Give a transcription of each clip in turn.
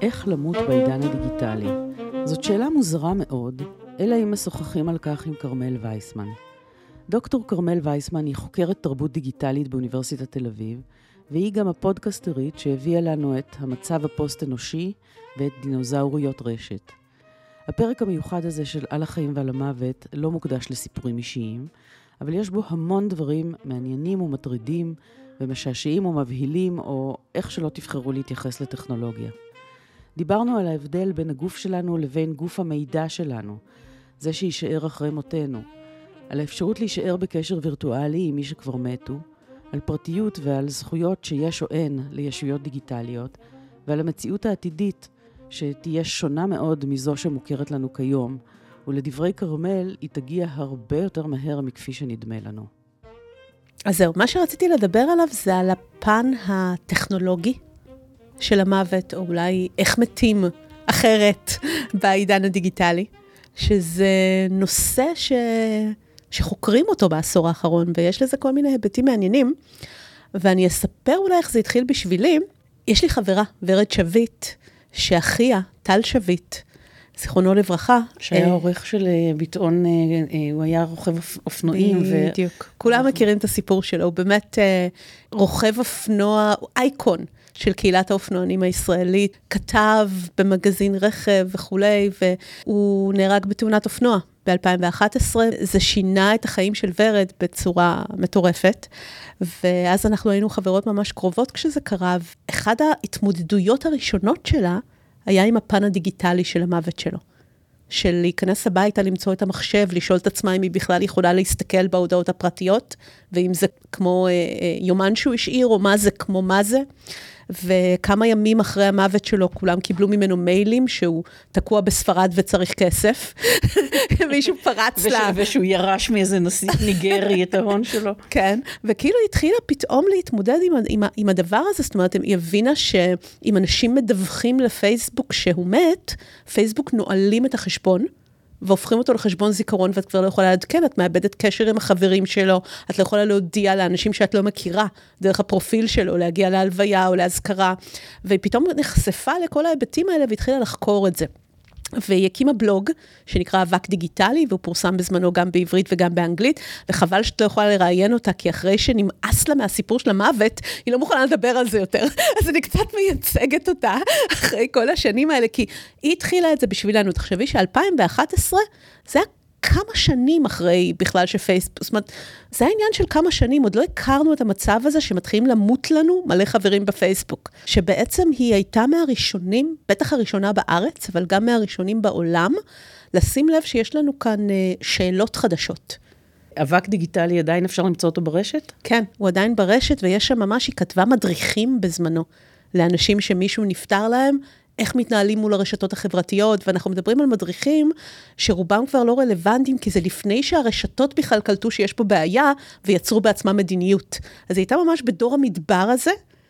איך למות בעידן הדיגיטלי? זאת שאלה מוזרה מאוד, אלא אם משוחחים על כך עם כרמל וייסמן. דוקטור כרמל וייסמן היא חוקרת תרבות דיגיטלית באוניברסיטת תל אביב, והיא גם הפודקסטרית שהביאה לנו את המצב הפוסט-אנושי ואת דינוזאוריות רשת. הפרק המיוחד הזה של על החיים ועל המוות לא מוקדש לסיפורים אישיים, אבל יש בו המון דברים מעניינים ומטרידים ומשעשעים ומבהילים, או איך שלא תבחרו להתייחס לטכנולוגיה. דיברנו על ההבדל בין הגוף שלנו לבין גוף המידע שלנו, זה שישאר אחרי מותנו, על האפשרות להישאר בקשר וירטואלי עם מי שכבר מתו, על פרטיות ועל זכויות שיש או אין לישויות דיגיטליות, ועל המציאות העתידית שתהיה שונה מאוד מזו שמוכרת לנו כיום, ולדברי כרמל היא תגיע הרבה יותר מהר מכפי שנדמה לנו. אז זהו, מה שרציתי לדבר עליו זה על הפן הטכנולוגי של המוות, או אולי איך מתים אחרת בעידן הדיגיטלי, שזה נושא שחוקרים אותו בעשור האחרון, ויש לזה כל מיני היבטים מעניינים, ואני אספר אולי איך זה התחיל בשבילי. יש לי חברה, ורד שביט, שאחיה, טל שביט, זיכרונו לברכה. שהיה עורך של ביטאון, הוא היה רוכב אופנועים. בדיוק. כולם מכירים את הסיפור שלו, הוא באמת רוכב אופנוע, אייקון של קהילת האופנוענים הישראלית, כתב במגזין רכב וכולי, והוא נהרג בתאונת אופנוע ב-2011. זה שינה את החיים של ורד בצורה מטורפת, ואז אנחנו היינו חברות ממש קרובות כשזה קרה. אחד ההתמודדויות הראשונות שלה, היה עם הפן הדיגיטלי של המוות שלו. של להיכנס הביתה, למצוא את המחשב, לשאול את עצמה אם היא בכלל יכולה להסתכל בהודעות הפרטיות, ואם זה כמו יומן שהוא השאיר, או מה זה כמו מה זה. וכמה ימים אחרי המוות שלו, כולם קיבלו ממנו מיילים, שהוא תקוע בספרד וצריך כסף. מישהו פרץ לה. ושהוא ירש מאיזה נשיא ניגרי את ההון שלו. כן, וכאילו התחילה פתאום להתמודד עם הדבר הזה, זאת אומרת, היא הבינה שאם אנשים מדווחים לפייסבוק שהוא מת, פייסבוק נועלים את החשבון, והופכים אותו לחשבון זיכרון, ואת כבר לא יכולה לעדכן, את מאבדת קשר עם החברים שלו, את לא יכולה להודיע לאנשים שאת לא מכירה, דרך הפרופיל שלו, להגיע להלוויה או להזכרה, והיא פתאום נחשפה לכל ההיבטים האלה, והתחילה לחקור את זה. והיא הקימה בלוג שנקרא אבק דיגיטלי, והוא פורסם בזמנו גם בעברית וגם באנגלית, וחבל שאת לא יכולה לראיין אותה, כי אחרי שנמאס לה מהסיפור של המוות, היא לא מוכנה לדבר על זה יותר. אז אני קצת מייצגת אותה אחרי כל השנים האלה, כי היא התחילה את זה בשבילנו. תחשבי ש-2011 זה היה כמה שנים אחרי בכלל שפייסבוק, זאת אומרת, זה העניין של כמה שנים, עוד לא הכרנו את המצב הזה שמתחילים למות לנו מלא חברים בפייסבוק, שבעצם היא הייתה מהראשונים, בטח הראשונה בארץ, אבל גם מהראשונים בעולם, לשים לב שיש לנו כאן שאלות חדשות. אבק דיגיטלי עדיין אפשר למצוא אותו ברשת? כן, הוא עדיין ברשת, ויש שם ממש, היא כתבה מדריכים בזמנו, לאנשים שמישהו נפטר להם, איך מתנהלים מול הרשתות החברתיות, ואנחנו מדברים על מדריכים שרובם כבר לא רלוונטיים, כי זה לפני שהרשתות בכלל קלטו שיש פה בעיה, ויצרו בעצמה מדיניות. אז היא הייתה ממש בדור המדבר הזה,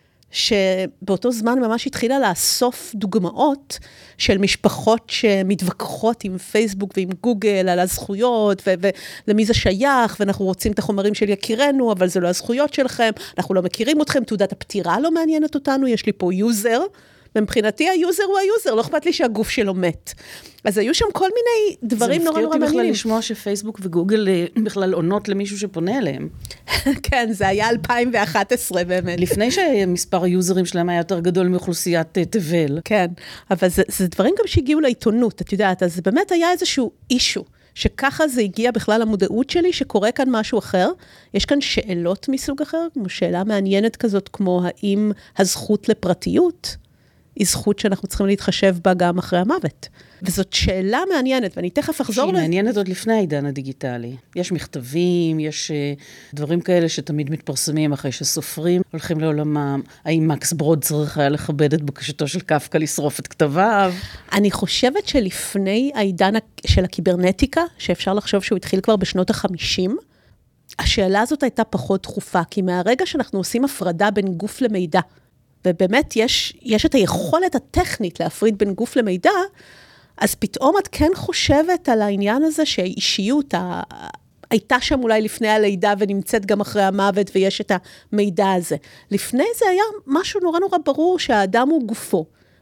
שבאותו זמן ממש התחילה לאסוף דוגמאות של משפחות שמתווכחות עם פייסבוק ועם גוגל על הזכויות, ולמי זה שייך, ואנחנו רוצים את החומרים של יקירנו, אבל זה לא הזכויות שלכם, אנחנו לא מכירים אתכם, תעודת הפטירה לא מעניינת אותנו, יש לי פה יוזר, ומבחינתי היוזר הוא היוזר, לא אכפת לי שהגוף שלו מת. אז היו שם כל מיני דברים נורא נורא מעניינים. זה מפתיע אותי בכלל לשמוע שפייסבוק וגוגל בכלל עונות למישהו שפונה אליהם. כן, זה היה 2011 באמת. לפני שמספר היוזרים שלהם היה יותר גדול מאוכלוסיית תבל. כן, אבל זה דברים גם שהגיעו לעיתונות, את יודעת, אז באמת היה איזשהו אישו, שככה זה הגיע בכלל למודעות שלי, שקורה כאן משהו אחר. יש כאן שאלות מסוג אחר, כמו שאלה מעניינת כזאת, כמו האם הזכות לפרטיות היא זכות שאנחנו צריכים להתחשב בה גם אחרי המוות. וזאת שאלה מעניינת, ואני תכף אחזור שהיא מעניינת עוד לפני העידן הדיגיטלי. יש מכתבים, יש דברים כאלה שתמיד מתפרסמים אחרי שסופרים, הולכים לעולמם. האם מקס ברוד צריך היה לכבד את בקשתו של קפקא לשרוף את כתביו? אני חושבת שלפני העידן של הקיברנטיקה, שאפשר לחשוב שהוא התחיל כבר בשנות ה-50, השאלה הזאת הייתה פחות דחופה, כי מהרגע שאנחנו עושים הפרדה בין גוף למידע, ובאמת יש את היכולת הטכנית להפריד בין גוף למידע, אז פתאום את כן חושבת על העניין הזה שהאישיות הייתה שם אולי לפני הלידה ונמצאת גם אחרי המוות ויש את המידע הזה. לפני זה היה משהו נורא נורא ברור שהאדם הוא גופו.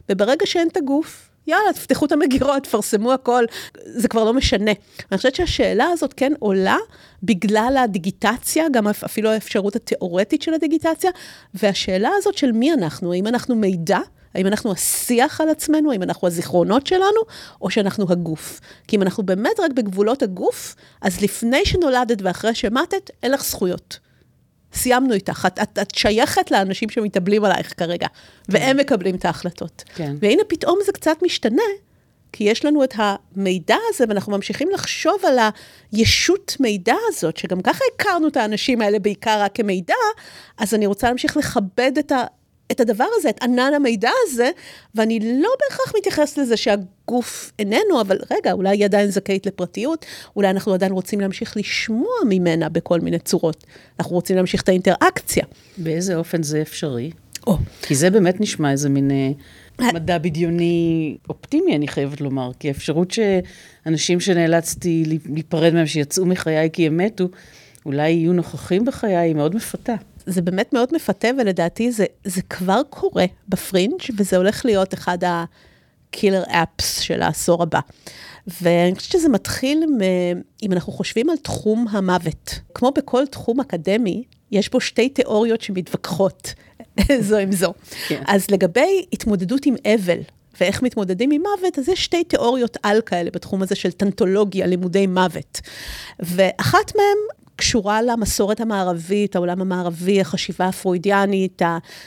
וברגע שאין את הגוף, יאללה, תפתחו את המגירות, תפרסמו הכל, זה כבר לא משנה. אני חושבת שהשאלה הזאת כן עולה, בגלל הדיגיטציה, גם אפילו האפשרות התיאורטית של הדיגיטציה, והשאלה הזאת של מי אנחנו, האם אנחנו מידע, האם אנחנו השיח על עצמנו, האם אנחנו הזיכרונות שלנו, או שאנחנו הגוף. כי אם אנחנו באמת רק בגבולות הגוף, אז לפני שנולדת ואחרי שמתת, אין לך זכויות. סיימנו איתך, את שייכת לאנשים שמתאבלים עלייך כרגע, והם מקבלים את ההחלטות. כן. והנה פתאום זה קצת משתנה, כי יש לנו את המידע הזה, ואנחנו ממשיכים לחשוב על הישות מידע הזאת, שגם ככה הכרנו את האנשים האלה בעיקר רק כמידע, אז אני רוצה להמשיך לכבד את הדבר הזה, את ענן המידע הזה, ואני לא בהכרח מתייחס לזה שהגוף איננו, אבל רגע, אולי היא עדיין זכאית לפרטיות, אולי אנחנו עדיין רוצים להמשיך לשמוע ממנה בכל מיני צורות. אנחנו רוצים להמשיך את האינטראקציה. באיזה אופן זה אפשרי? כי זה באמת נשמע איזה מין מדע בדיוני אופטימי, אני חייבת לומר, כי האפשרות שאנשים שנאלצתי להיפרד מהם, שיצאו מחיי כי הם מתו, אולי יהיו נוכחים בחיי, היא מאוד מפתה. זה באמת מאוד מפתה, ולדעתי זה כבר קורה בפרינג', וזה הולך להיות אחד הקילר אפס של העשור הבא. ואני חושבת שזה מתחיל, אם אנחנו חושבים על תחום המוות, כמו בכל תחום אקדמי, יש פה שתי תיאוריות שמתווכחות זו עם זו. כן. אז לגבי התמודדות עם אבל, ואיך מתמודדים עם מוות, אז יש שתי תיאוריות על כאלה בתחום הזה של טנטולוגיה, לימודי מוות. ואחת מהן קשורה למסורת המערבית, העולם המערבי, החשיבה הפרוידיאנית,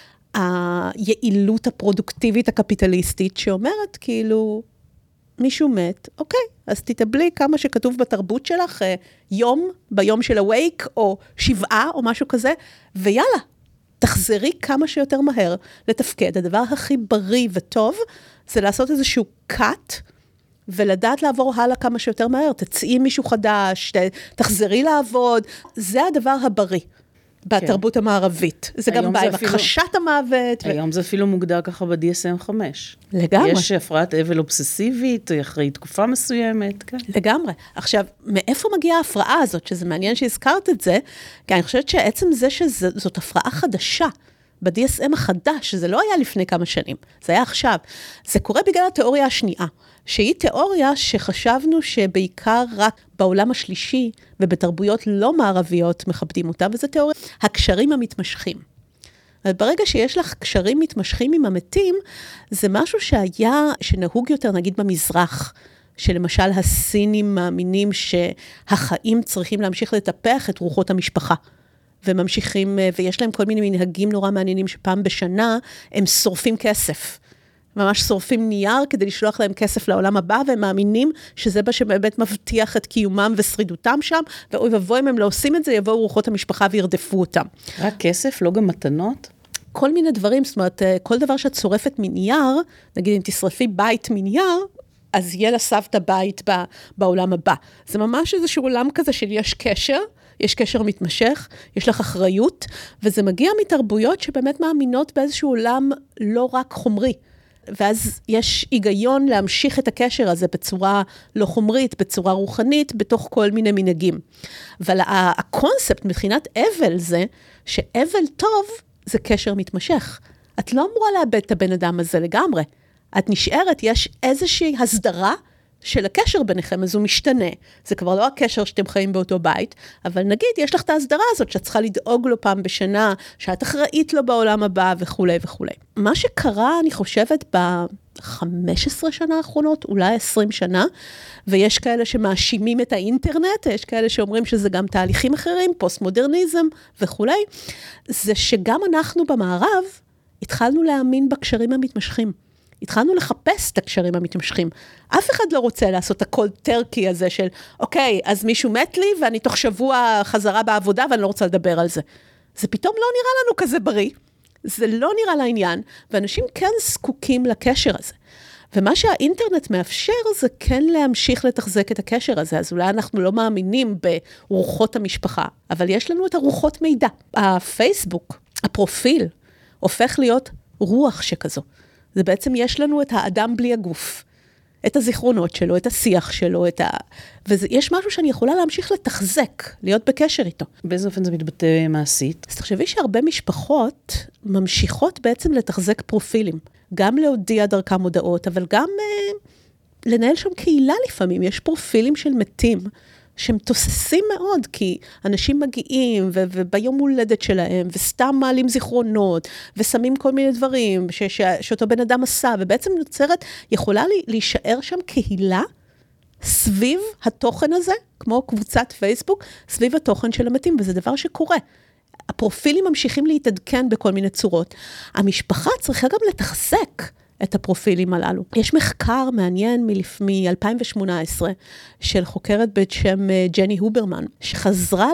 היעילות הפרודוקטיבית הקפיטליסטית, שאומרת כאילו, מישהו מת, אוקיי, אז תתאבלי כמה שכתוב בתרבות שלך, ביום של הווייק, או 7, או משהו כזה, ויאללה, תחזרי כמה שיותר מהר לתפקד. הדבר הכי בריא וטוב, זה לעשות איזשהו קאט, ולדעת לעבור הלאה כמה שיותר מהר. תצאי מישהו חדש, תחזרי לעבוד. זה הדבר הבריא בתרבות המערבית. זה גם בא עם הכחשת המוות. היום זה אפילו מוגדר ככה ב-DSM 5. לגמרי. יש הפרעת אבל אובססיבית, אחרי תקופה מסוימת. כן. לגמרי. עכשיו, מאיפה מגיעה ההפרעה הזאת? שזה מעניין שהזכרת את זה, כי אני חושבת שעצם זה שזאת הפרעה חדשה, ב-DSM החדש, שזה לא היה לפני כמה שנים, זה היה עכשיו. זה קורה בגלל התיאוריה השנייה, שהיא תיאוריה שחשבנו שבעיקר רק בעולם השלישי, ובתרבויות לא מערביות מכבדים אותה, וזה תיאוריה, הקשרים המתמשכים. ברגע שיש לך קשרים מתמשכים עם המתים, זה משהו שנהוג יותר, נגיד במזרח, שלמשל הסינים מאמינים שהחיים צריכים להמשיך לטפח את רוחות המשפחה. וממשיכים, ויש להם כל מיני מנהגים נורא מעניינים, שפעם בשנה הם שורפים כסף. ממש שורפים נייר כדי לשלוח להם כסף לעולם הבא, והם מאמינים שזה מה שבאמת מבטיח את קיומם ושרידותם שם, ואוי ובוי אם הם לא עושים את זה, יבואו רוחות המשפחה וירדפו אותם. רק כסף, לא גם מתנות? כל מיני דברים, זאת אומרת, כל דבר שאת שורפת מנייר, נגיד אם תשרפי בית מנייר, אז יהיה לסבתא בית בעולם הבא. זה ממש איזשהו עולם כזה של יש קשר, יש קשר מתמשך, יש לך אחריות, וזה מגיע מתרבויות שבאמת מאמינות באיזשהו עולם לא רק חומרי. ואז יש היגיון להמשיך את הקשר הזה בצורה לא חומרית, בצורה רוחנית, בתוך כל מיני מנהגים. אבל הקונספט מבחינת אבל זה, שאבל טוב זה קשר מתמשך. את לא אמורה לאבד את הבן אדם הזה לגמרי. את נשארת, יש איזושהי הסדרה של הקשר ביניכם, אז הוא משתנה. זה כבר לא הקשר שאתם חיים באותו בית, אבל נגיד, יש לך את ההסדרה הזאת, שאת צריכה לדאוג לו פעם בשנה, שאת אחראית לו בעולם הבא, וכו' וכו'. מה שקרה, אני חושבת, ב-15 שנה האחרונות, אולי 20 שנה, ויש כאלה שמאשימים את האינטרנט, יש כאלה שאומרים שזה גם תהליכים אחרים, פוסט-מודרניזם וכו', זה שגם אנחנו במערב, התחלנו להאמין בקשרים המתמשכים. התחלנו לחפש את הקשרים המתמשכים. אף אחד לא רוצה לעשות הכל טרקי הזה של, אוקיי, אז מישהו מת לי, ואני תוך שבוע חזרה בעבודה, ואני לא רוצה לדבר על זה. זה פתאום לא נראה לנו כזה בריא. זה לא נראה לעניין, ואנשים כן זקוקים לקשר הזה. ומה שהאינטרנט מאפשר, זה כן להמשיך לתחזק את הקשר הזה. אז אולי אנחנו לא מאמינים ברוחות המשפחה, אבל יש לנו את הרוחות מידע. הפייסבוק, הפרופיל, הופך להיות רוח שכזו. זה בעצם יש לנו את האדם בלי הגוף, את הזיכרונות שלו, את השיח שלו, ויש משהו שאני יכולה להמשיך לתחזק, להיות בקשר איתו. באיזה אופן זה מתבטא מעשית? אז תחשבי שהרבה משפחות ממשיכות בעצם לתחזק פרופילים. גם להודיע דרכם הודעות, אבל גם לנהל שם קהילה לפעמים. יש פרופילים של מתים, שהם תוססים מאוד, כי אנשים מגיעים, וביום הולדת שלהם, וסתם מעלים זיכרונות, ושמים כל מיני דברים, שאותו בן אדם עשה, ובעצם נוצרת, יכולה להישאר שם קהילה, סביב התוכן הזה, כמו קבוצת פייסבוק, סביב התוכן של המתים, וזה דבר שקורה. הפרופילים ממשיכים להתעדכן בכל מיני צורות. המשפחה צריכה גם לתחזק את הפרופילים הללו. יש מחקר מעניין מ-2018 של חוקרת בשם ג'ני הוברמן, שחזרה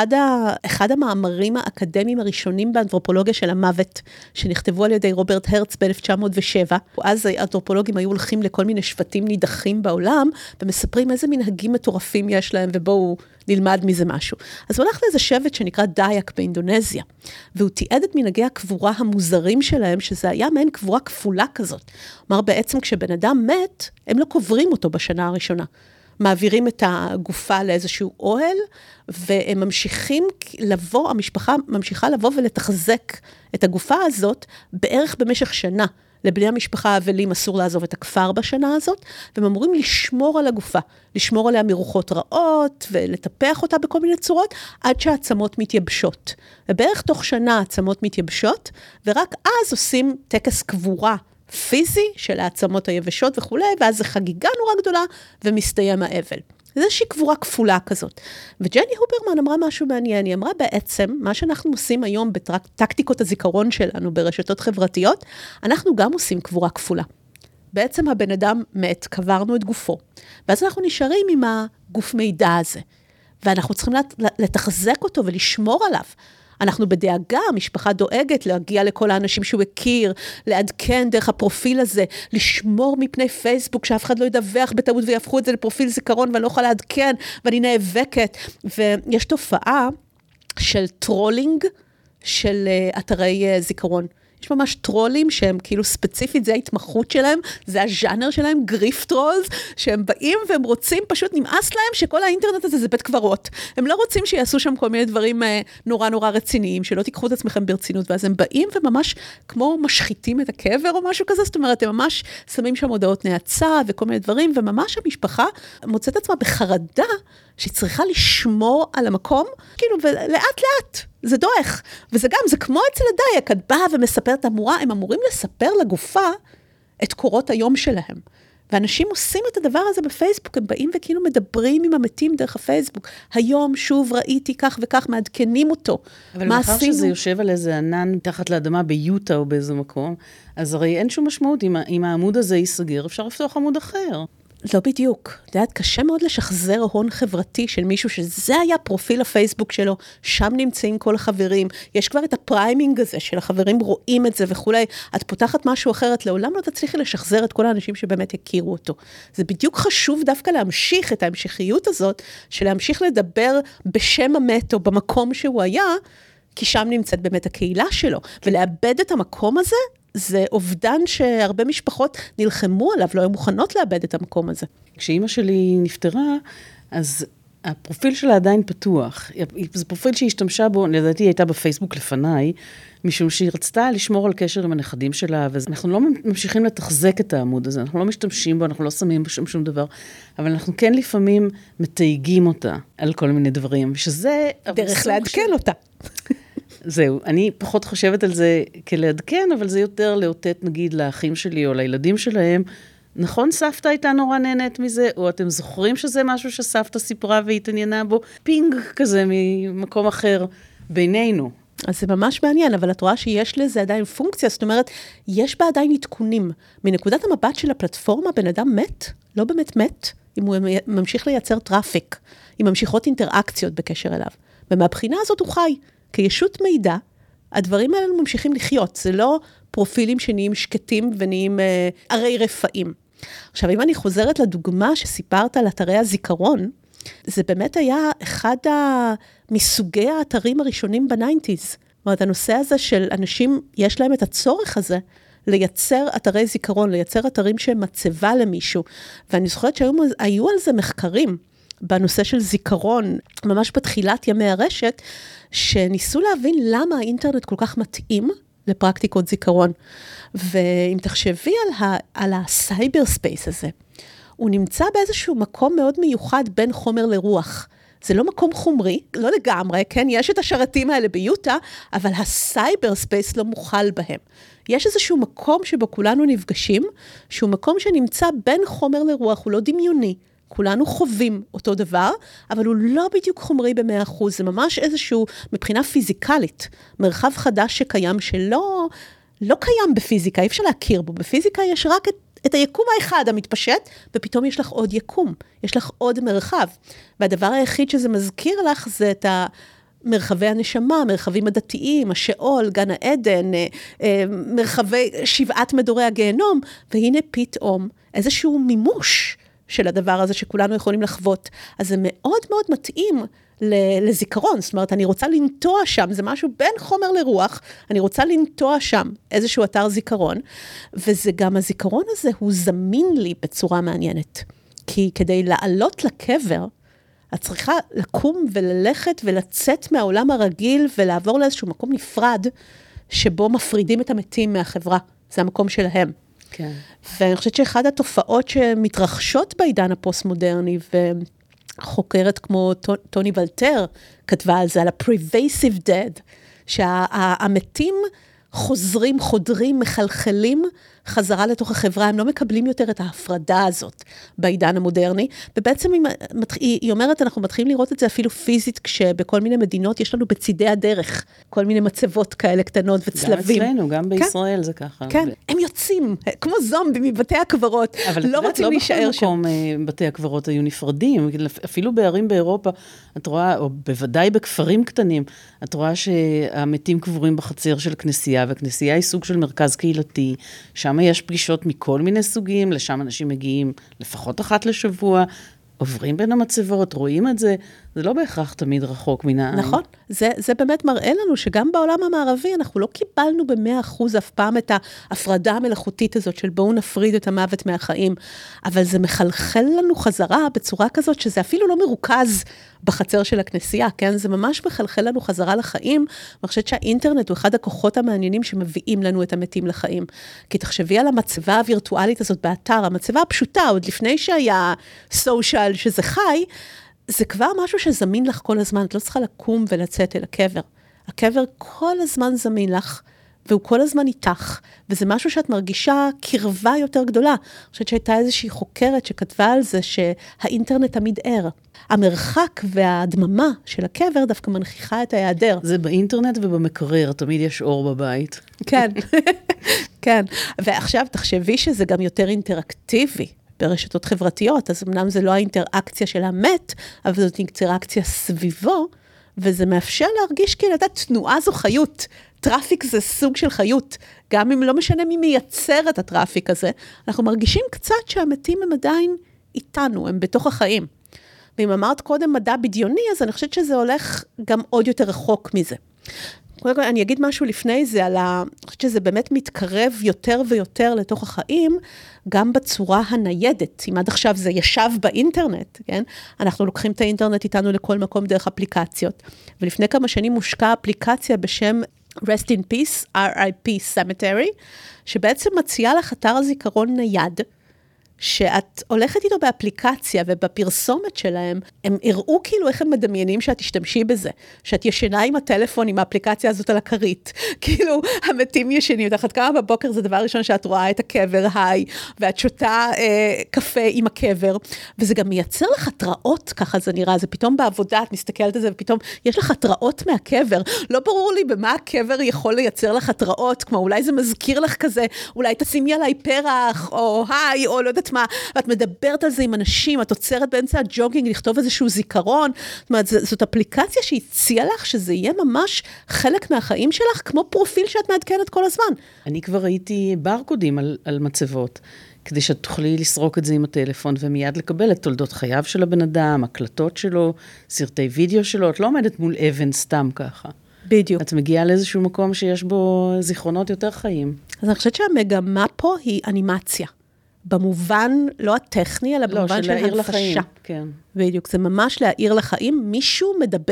לאחד המאמרים האקדמיים הראשונים באנתרופולוגיה של המוות, שנכתבו על ידי רוברט הרץ ב-1907. אז האנתרופולוגים היו הולכים לכל מיני שבטים נידחים בעולם, ומספרים איזה מנהגים מטורפים יש להם, ובואו נלמד מזה משהו. אז הוא הלך לאיזה שבט שנקרא דייק באינדונזיה, והוא תיעד את מנהגי הקבורה המוזרים שלהם, שזה היה מעין קבורה כפולה כזאת. כלומר, בעצם כשבן אדם מת, הם לא קוברים אותו בשנה הראשונה. מעבירים את הגופה לאיזשהו אוהל, והם ממשיכים לבוא, המשפחה ממשיכה לבוא ולתחזק את הגופה הזאת, בערך במשך שנה. לבני המשפחה האבלים אסור לעזוב את הכפר בשנה הזאת, והם אמורים לשמור על הגופה, לשמור עליה מרוחות רעות, ולטפח אותה בכל מיני צורות, עד שהעצמות מתייבשות. ובערך תוך שנה העצמות מתייבשות, ורק אז עושים טקס קבורה פיזי של העצמות היבשות וכו', ואז זה חגיגה נורא גדולה, ומסתיים האבל. זה איזושהי קבורה כפולה כזאת. וג'ני הוברמן אמרה משהו מעניין, היא אמרה בעצם, מה שאנחנו עושים היום בטקטיקות הזיכרון שלנו ברשתות חברתיות, אנחנו גם עושים קבורה כפולה. בעצם הבן אדם מת, קברנו את גופו, ואז אנחנו נשארים עם הגוף מידע הזה, ואנחנו צריכים לתחזק אותו ולשמור עליו. אנחנו בדאגה, המשפחה דואגת להגיע לכל האנשים שהוא הכיר, לעדכן דרך הפרופיל הזה, לשמור מפני פייסבוק, שאף אחד לא ידווח בטעות ויהפכו את זה לפרופיל זיכרון, ואני לא יכולה לעדכן, ואני נאבקת. ויש תופעה של טרולינג של אתרי זיכרון. יש ממש טרולים שהם כאילו ספציפית, זה ההתמחות שלהם, זה הז'אנר שלהם, גריף טרולס, שהם באים והם רוצים, פשוט נמאס להם שכל האינטרנט הזה זה בית קברות. הם לא רוצים שיעשו שם כל מיני דברים נורא נורא רציניים, שלא תיקחו את עצמכם ברצינות, ואז הם באים וממש כמו משחיתים את הקבר או משהו כזה, זאת אומרת, הם ממש שמים שם הודעות נאצה וכל מיני דברים, וממש המשפחה מוצאת עצמה בחרדה, שהיא צריכה לשמור על המקום, כאילו, ולאט לאט, זה דוח. וזה גם, זה כמו אצל הדייק, את באה ומספרת המורה, הם אמורים לספר לגופה את קורות היום שלהם. ואנשים עושים את הדבר הזה בפייסבוק, הם באים וכאילו מדברים עם המתים דרך הפייסבוק. היום שוב ראיתי כך וכך, מעדכנים אותו. אבל מאחר שזה יושב על איזה ענן תחת לאדמה ביוטה או באיזה מקום, אז הרי אין שום משמעות, אם העמוד הזה ייסגר, אפשר לפתוח עמוד אחר. לא בדיוק. זה היה קשה מאוד לשחזר הון חברתי של מישהו שזה היה פרופיל הפייסבוק שלו, שם נמצאים כל החברים, יש כבר את הפריימינג הזה של החברים רואים את זה וכולי, את פותחת משהו אחרת, לעולם לא תצליחי לשחזר את כל האנשים שבאמת הכירו אותו. זה בדיוק חשוב דווקא להמשיך את ההמשכיות הזאת, של להמשיך לדבר בשם המת או במקום שהוא היה, כי שם נמצאת באמת הקהילה שלו, ולאבד את המקום הזה, זה אובדן שהרבה משפחות נלחמו עליו, לא היו מוכנות לאבד את המקום הזה. כשאימא שלי נפטרה, אז הפרופיל שלה עדיין פתוח. זה פרופיל שהיא השתמשה בו, לדעתי היא הייתה בפייסבוק לפניי, משום שהיא רצתה לשמור על קשר עם הנכדים שלה, ואנחנו לא ממשיכים לתחזק את העמוד הזה, אנחנו לא משתמשים בו, אנחנו לא שמים בו שום דבר, אבל אנחנו כן לפעמים מתייגים אותה על כל מיני דברים, שזה... דרך לעדכן אותה. זהו, אני פחות חושבת על זה כלעדכן, אבל זה יותר לאותת, נגיד, לאחים שלי או לילדים שלהם, נכון, סבתא הייתה נורא נהנית מזה, או אתם זוכרים שזה משהו שסבתא סיפרה והתעניינה בו, פינג כזה ממקום אחר בינינו. אז זה ממש מעניין, אבל את רואה שיש לזה עדיין פונקציה, זאת אומרת, יש בה עדיין עדכונים. מנקודת המבט של הפלטפורמה, בן אדם מת, לא באמת מת, אם הוא ממשיך לייצר טראפיק, אם ממשיכות אינטראקציות בקשר אליו. ומהבחינה הזאת הוא חי. כישות מידע, הדברים האלה ממשיכים לחיות. זה לא פרופילים שנהיים שקטים ונהיים ערי רפאים. עכשיו, אם אני חוזרת לדוגמה שסיפרת על אתרי הזיכרון, זה באמת היה אחד מסוגי האתרים הראשונים בניינטיז. זאת אומרת, הנושא הזה של אנשים, יש להם את הצורך הזה, לייצר אתרי זיכרון, לייצר אתרים שהם מצבה למישהו. ואני זוכרת שהיו על זה מחקרים, בנושא של זיכרון, ממש בתחילת ימי הרשת, שניסו להבין למה האינטרנט כל כך מתאים לפרקטיקות זיכרון. ואם תחשבי על הסייבר ספייס הזה, הוא נמצא באיזשהו מקום מאוד מיוחד בין חומר לרוח. זה לא מקום חומרי, לא לגמרי, כן? יש את השרתים האלה ביוטה, אבל הסייבר ספייס לא מוכל בהם. יש איזשהו מקום שבו כולנו נפגשים, שהוא מקום שנמצא בין חומר לרוח, הוא לא דמיוני. כולנו חווים אותו דבר, אבל הוא לא בדיוק חומרי ב100%. זה ממש איזשהו, מבחינה פיזיקלית, מרחב חדש שקיים שלא קיים בפיזיקה, אי אפשר להכיר בו. בפיזיקה יש רק את היקום האחד המתפשט, ופתאום יש לך עוד יקום, יש לך עוד מרחב. והדבר היחיד שזה מזכיר לך, זה את מרחבי הנשמה, מרחבים הדתיים, השאול, גן העדן, מרחבי 7 מדורי הגיהנום, והנה פתאום איזשהו מימוש של הדבר הזה שכולנו יכולים לחוות. אז זה מאוד מאוד מתאים לזיכרון, זאת אומרת, אני רוצה לנטוע שם, זה משהו בין חומר לרוח, אני רוצה לנטוע שם איזשהו אתר זיכרון, וזה גם הזיכרון הזה, הוא זמין לי בצורה מעניינת. כי כדי לעלות לקבר, את צריכה לקום וללכת ולצאת מהעולם הרגיל, ולעבור לאיזשהו מקום נפרד, שבו מפרידים את המתים מהחברה. זה המקום שלהם. כן. ואני חושבת שאחד התופעות שמתרחשות בעידן הפוסט-מודרני, וחוקרת כמו טוני ולטר כתבה על זה, על ה-pervasive dead, שהמתים חודרים, מחלחלים חזרה לתוך החברה, הם לא מקבלים יותר את ההפרדה הזאת בעידן המודרני, ובעצם היא אומרת, אנחנו מתחילים לראות את זה אפילו פיזית, כשבכל מיני מדינות יש לנו בצידי הדרך, כל מיני מצבות כאלה קטנות וצלבים. גם אצלנו, גם בישראל זה ככה. כן, הם יוצאים, כמו זומבי מבתי הקברות, לא רוצים להישאר שם. אבל לא בכל מקום בתי הקברות היו נפרדים, אפילו בערים באירופה, את רואה, או בוודאי בכפרים קטנים, את רואה שהמתים קבורים בחצר של כנסייה, וכנסייה היא סוג של מרכז קהילתי, שם יש פגישות מכל מיני סוגים, לשם אנשים מגיעים לפחות אחת לשבוע, עוברים בין המצבות, רואים את זה, זה לא בהכרח תמיד רחוק מן העין. נכון, זה באמת מראה לנו שגם בעולם המערבי אנחנו לא קיבלנו ב100% אף פעם את ההפרדה המלאכותית הזאת של בואו נפריד את המוות מהחיים, אבל זה מחלחל לנו חזרה בצורה כזאת שזה אפילו לא מרוכז בחצר של הכנסייה, כן? זה ממש מחלחל לנו חזרה לחיים, ואני חושבת שהאינטרנט הוא אחד הכוחות המעניינים שמביאים לנו את המתים לחיים. כי תחשבי על המצבה הווירטואלית הזאת באתר, המצבה הפשוטה, עוד לפני שהיה סושיאל שזה חי, זה כבר משהו שזמין לך כל הזמן, את לא צריכה לקום ולצאת אל הקבר. הקבר כל הזמן זמין לך, והוא כל הזמן איתך, וזה משהו שאת מרגישה קרבה יותר גדולה. אני חושבת שהייתה איזושהי חוקרת שכתבה על זה שהאינטרנט תמיד ער. המרחק והדממה של הקבר דווקא מנכיחה את ההיעדר. זה באינטרנט ובמקרר, תמיד יש אור בבית. כן, כן. ועכשיו תחשבי שזה גם יותר אינטראקטיבי. ברשתות חברתיות, אז אמנם זה לא האינטראקציה של המת, אבל זאת אינטראקציה סביבו, וזה מאפשר להרגיש כאילו, תנועה זו חיות, טראפיק זה סוג של חיות, גם אם לא משנה מי מייצר את הטראפיק הזה, אנחנו מרגישים קצת שהמתים הם עדיין איתנו, הם בתוך החיים. ואם אמרת קודם מדע בדיוני, אז אני חושבת שזה הולך גם עוד יותר רחוק מזה. קודם כל, אני אגיד משהו לפני זה, אני חושבת שזה באמת מתקרב יותר ויותר לתוך החיים, גם בצורה הניידת. אם עד עכשיו זה ישב באינטרנט, כן? אנחנו לוקחים את האינטרנט איתנו לכל מקום דרך אפליקציות. ולפני כמה שנים מושקע אפליקציה בשם Rest in Peace, RIP Cemetery, שבעצם מציעה לך אתר הזיכרון נייד, שאת הולכת איתו באפליקציה ובפרסומת שלהם, הם הראו כאילו איך הם מדמיינים שאת תשתמשי בזה, שאת ישנה עם הטלפון, עם האפליקציה הזאת על הכרית, כאילו המתים ישנים, תחת כמה בבוקר זה דבר ראשון שאת רואה את הקבר, היי, ואת שותה קפה עם הקבר, וזה גם מייצר לך התראות, ככה זה נראה, זה פתאום בעבודה, את מסתכלת על זה, ופתאום יש לך התראות מהקבר, לא ברור לי במה הקבר יכול לייצר לך התראות, כמו אולי זה מזכיר לך כזה, אולי תשימי עליי פרח, או היי, או לא יודעת מה, ואת מדברת על זה עם אנשים, את עוצרת באמצע הג'וגינג, לכתוב איזשהו זיכרון, זאת אומרת, זאת אפליקציה שהציעה לך, שזה יהיה ממש חלק מהחיים שלך, כמו פרופיל שאת מעדכנת כל הזמן. אני כבר ראיתי ברקודים על מצבות, כדי שאת תוכלי לסרוק את זה עם הטלפון, ומיד לקבל את תולדות חייו של הבן אדם, הקלטות שלו, סרטי וידאו שלו, את לא עומדת מול אבן סתם ככה. בדיוק. את מגיעה לאיזשהו מקום שיש בו זיכרונות יותר חיים. אז אני חושבת שהמגמה פה היא אנימציה. במובן, לא הטכני, אלא במובן של הנפשה. כן. בדיוק, זה ממש להעיר לחיים, מישהו מדבר.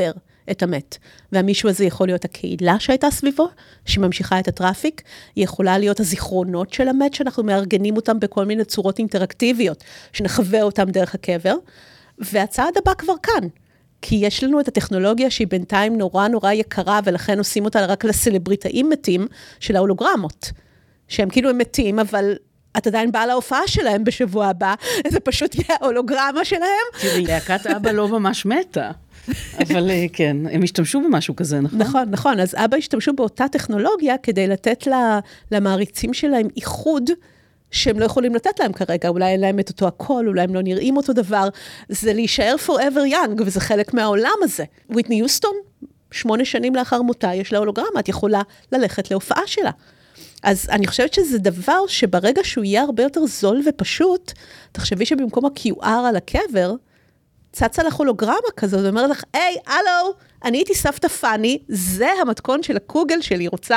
את המת. והמישהו הזה יכול להיות הקהילה שהייתה סביבו, שממשיכה את הטראפיק, היא יכולה להיות הזיכרונות של המת, שאנחנו מארגנים אותם בכל מיני צורות אינטראקטיביות, שנחווה אותם דרך הקבר, והצעד הבא כבר כאן, כי יש לנו את הטכנולוגיה שהיא בינתיים נורא נורא יקרה, ולכן עושים אותה רק לסלבריטאים מתים של ההולוגרמות, שהם כאילו הם מתים, אבל את עדיין באה להופעה שלהם בשבוע הבא, זה פשוט יהיה ההולוגרמה שלהם. תראי, להקת אבא לא ממש מתה, אבל כן, הם השתמשו במשהו כזה, נכון? נכון, נכון, אז אבא השתמשו באותה טכנולוגיה, כדי לתת למעריצים שלהם איחוד, שהם לא יכולים לתת להם כרגע, אולי אין להם את אותו הכל, אולי הם לא נראים אותו דבר, זה להישאר forever young, וזה חלק מהעולם הזה. וויטני יוסטון, 8 שנים לאחר מותה, יש לה הולוגרמה, את יכולה ללכת להופעה שלה. אז אני חושבת שזה דבר שברגע שהוא יהיה הרבה יותר זול ופשוט, תחשבי שבמקום ה-QR על הקבר, צצה לך הולוגרמה כזאת, ואומרת לך, היי, הלו, אני הייתי סבתא פאני, זה המתכון של הקוגל שלי, רוצה?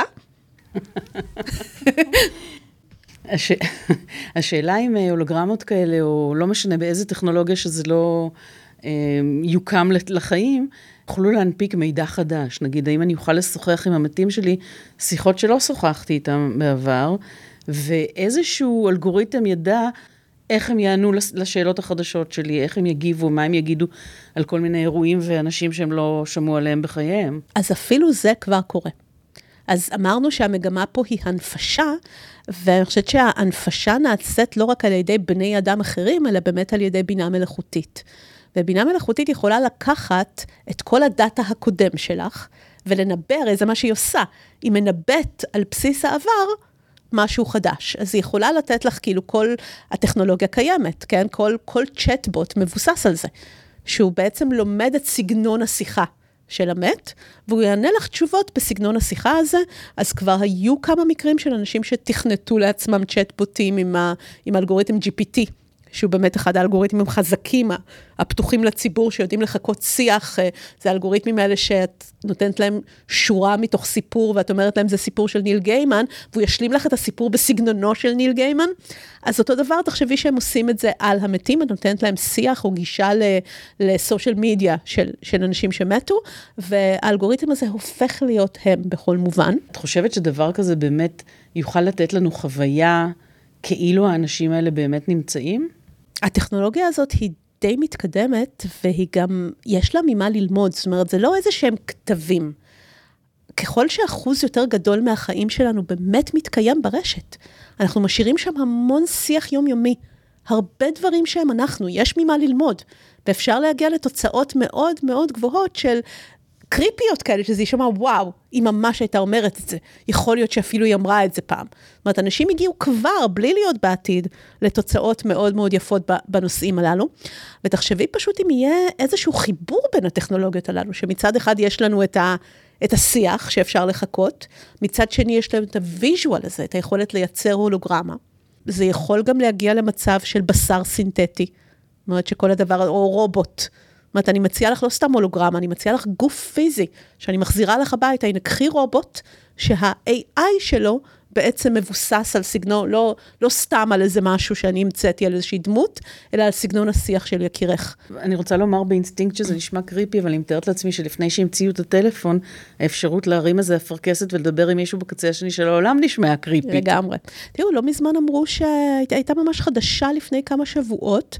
השאלה אם הולוגרמות כאלה, או לא משנה באיזה טכנולוגיה שזה לא יוקם לחיים, יוכלו להנפיק מידע חדש. נגיד, האם אני אוכל לשוחח עם המתים שלי, שיחות שלא שוחחתי איתם בעבר, ואיזשהו אלגוריתם ידע איך הם יענו לשאלות החדשות שלי, איך הם יגיבו, מה הם יגידו על כל מיני אירועים ואנשים שהם לא שמעו עליהם בחייהם. אז אפילו זה כבר קורה. אז אמרנו שהמגמה פה היא הנפשה, ואני חושבת שההנפשה נעשית לא רק על ידי בני אדם אחרים, אלא באמת על ידי בינה מלאכותית. ובינה מלאכותית יכולה לקחת את כל הדאטה הקודם שלך, ולנבא, הרי זה מה שהיא עושה, היא מנבט על בסיס העבר, משהו חדש. אז היא יכולה לתת לך כאילו כל הטכנולוגיה קיימת, כן? כל צ'טבוט מבוסס על זה, שהוא בעצם לומד את סגנון השיחה של המת, והוא יענה לך תשובות בסגנון השיחה הזה, אז כבר היו כמה מקרים של אנשים שתכנתו לעצמם צ'טבוטים עם אלגוריתם GPT, שהוא באמת אחד האלגוריתמים החזקים, הפתוחים לציבור, שיודעים לחכות שיח, זה האלגוריתמים האלה שאת נותנת להם שורה מתוך סיפור, ואת אומרת להם זה סיפור של ניל גיימן, והוא ישלים לך את הסיפור בסגנונו של ניל גיימן, אז אותו דבר, תחשבי שהם עושים את זה על המתים, את נותנת להם שיח או גישה לסושיאל מדיה של אנשים שמתו, והאלגוריתם הזה הופך להיות הם בכל מובן. את חושבת שדבר כזה באמת יוכל לתת לנו חוויה, כאילו האנשים האלה באמת נמצאים? הטכנולוגיה הזאת היא די מתקדמת, והיא גם, יש לה ממה ללמוד, זאת אומרת, זה לא איזה שהם כתבים. ככל שאחוז יותר גדול מהחיים שלנו באמת מתקיים ברשת, אנחנו משאירים שם המון שיח יומיומי, הרבה דברים שהם אנחנו, יש ממה ללמוד, ואפשר להגיע לתוצאות מאוד מאוד גבוהות של קריפיות כאלה, שזה יישמע, וואו, היא ממש הייתה אומרת את זה. יכול להיות שאפילו היא אמרה את זה פעם. זאת אומרת, אנשים הגיעו כבר, בלי להיות בעתיד, לתוצאות מאוד מאוד יפות בנושאים הללו. ותחשבי פשוט אם יהיה איזשהו חיבור בין הטכנולוגיות הללו, שמצד אחד יש לנו את השיח שאפשר לחכות, מצד שני יש לנו את הוויז'ואל הזה, את היכולת לייצר הולוגרמה. זה יכול גם להגיע למצב של בשר סינתטי. זאת אומרת שכל הדבר, או רובוט, זאת אומרת, אני מציעה לך לא סתם הולוגרמה, אני מציעה לך גוף פיזי, שאני מחזירה לך הביתה, הנה קחי רובוט, שה-AI שלו בעצם מבוסס על סגנון, לא סתם על איזה משהו שאני המצאתי על איזושהי דמות, אלא על סגנון השיח של יקירך. אני רוצה לומר באינסטינקט שזה נשמע קריפי, אבל אני מתארת לעצמי שלפני שהמציאו את הטלפון, האפשרות להרים איזה אפרכסת ולדבר עם מישהו בקצה השני של העולם נשמע קריפית. לגמרי. תראו, לא מזמן אמרו שהייתה ממש חדשה לפני כמה שבועות,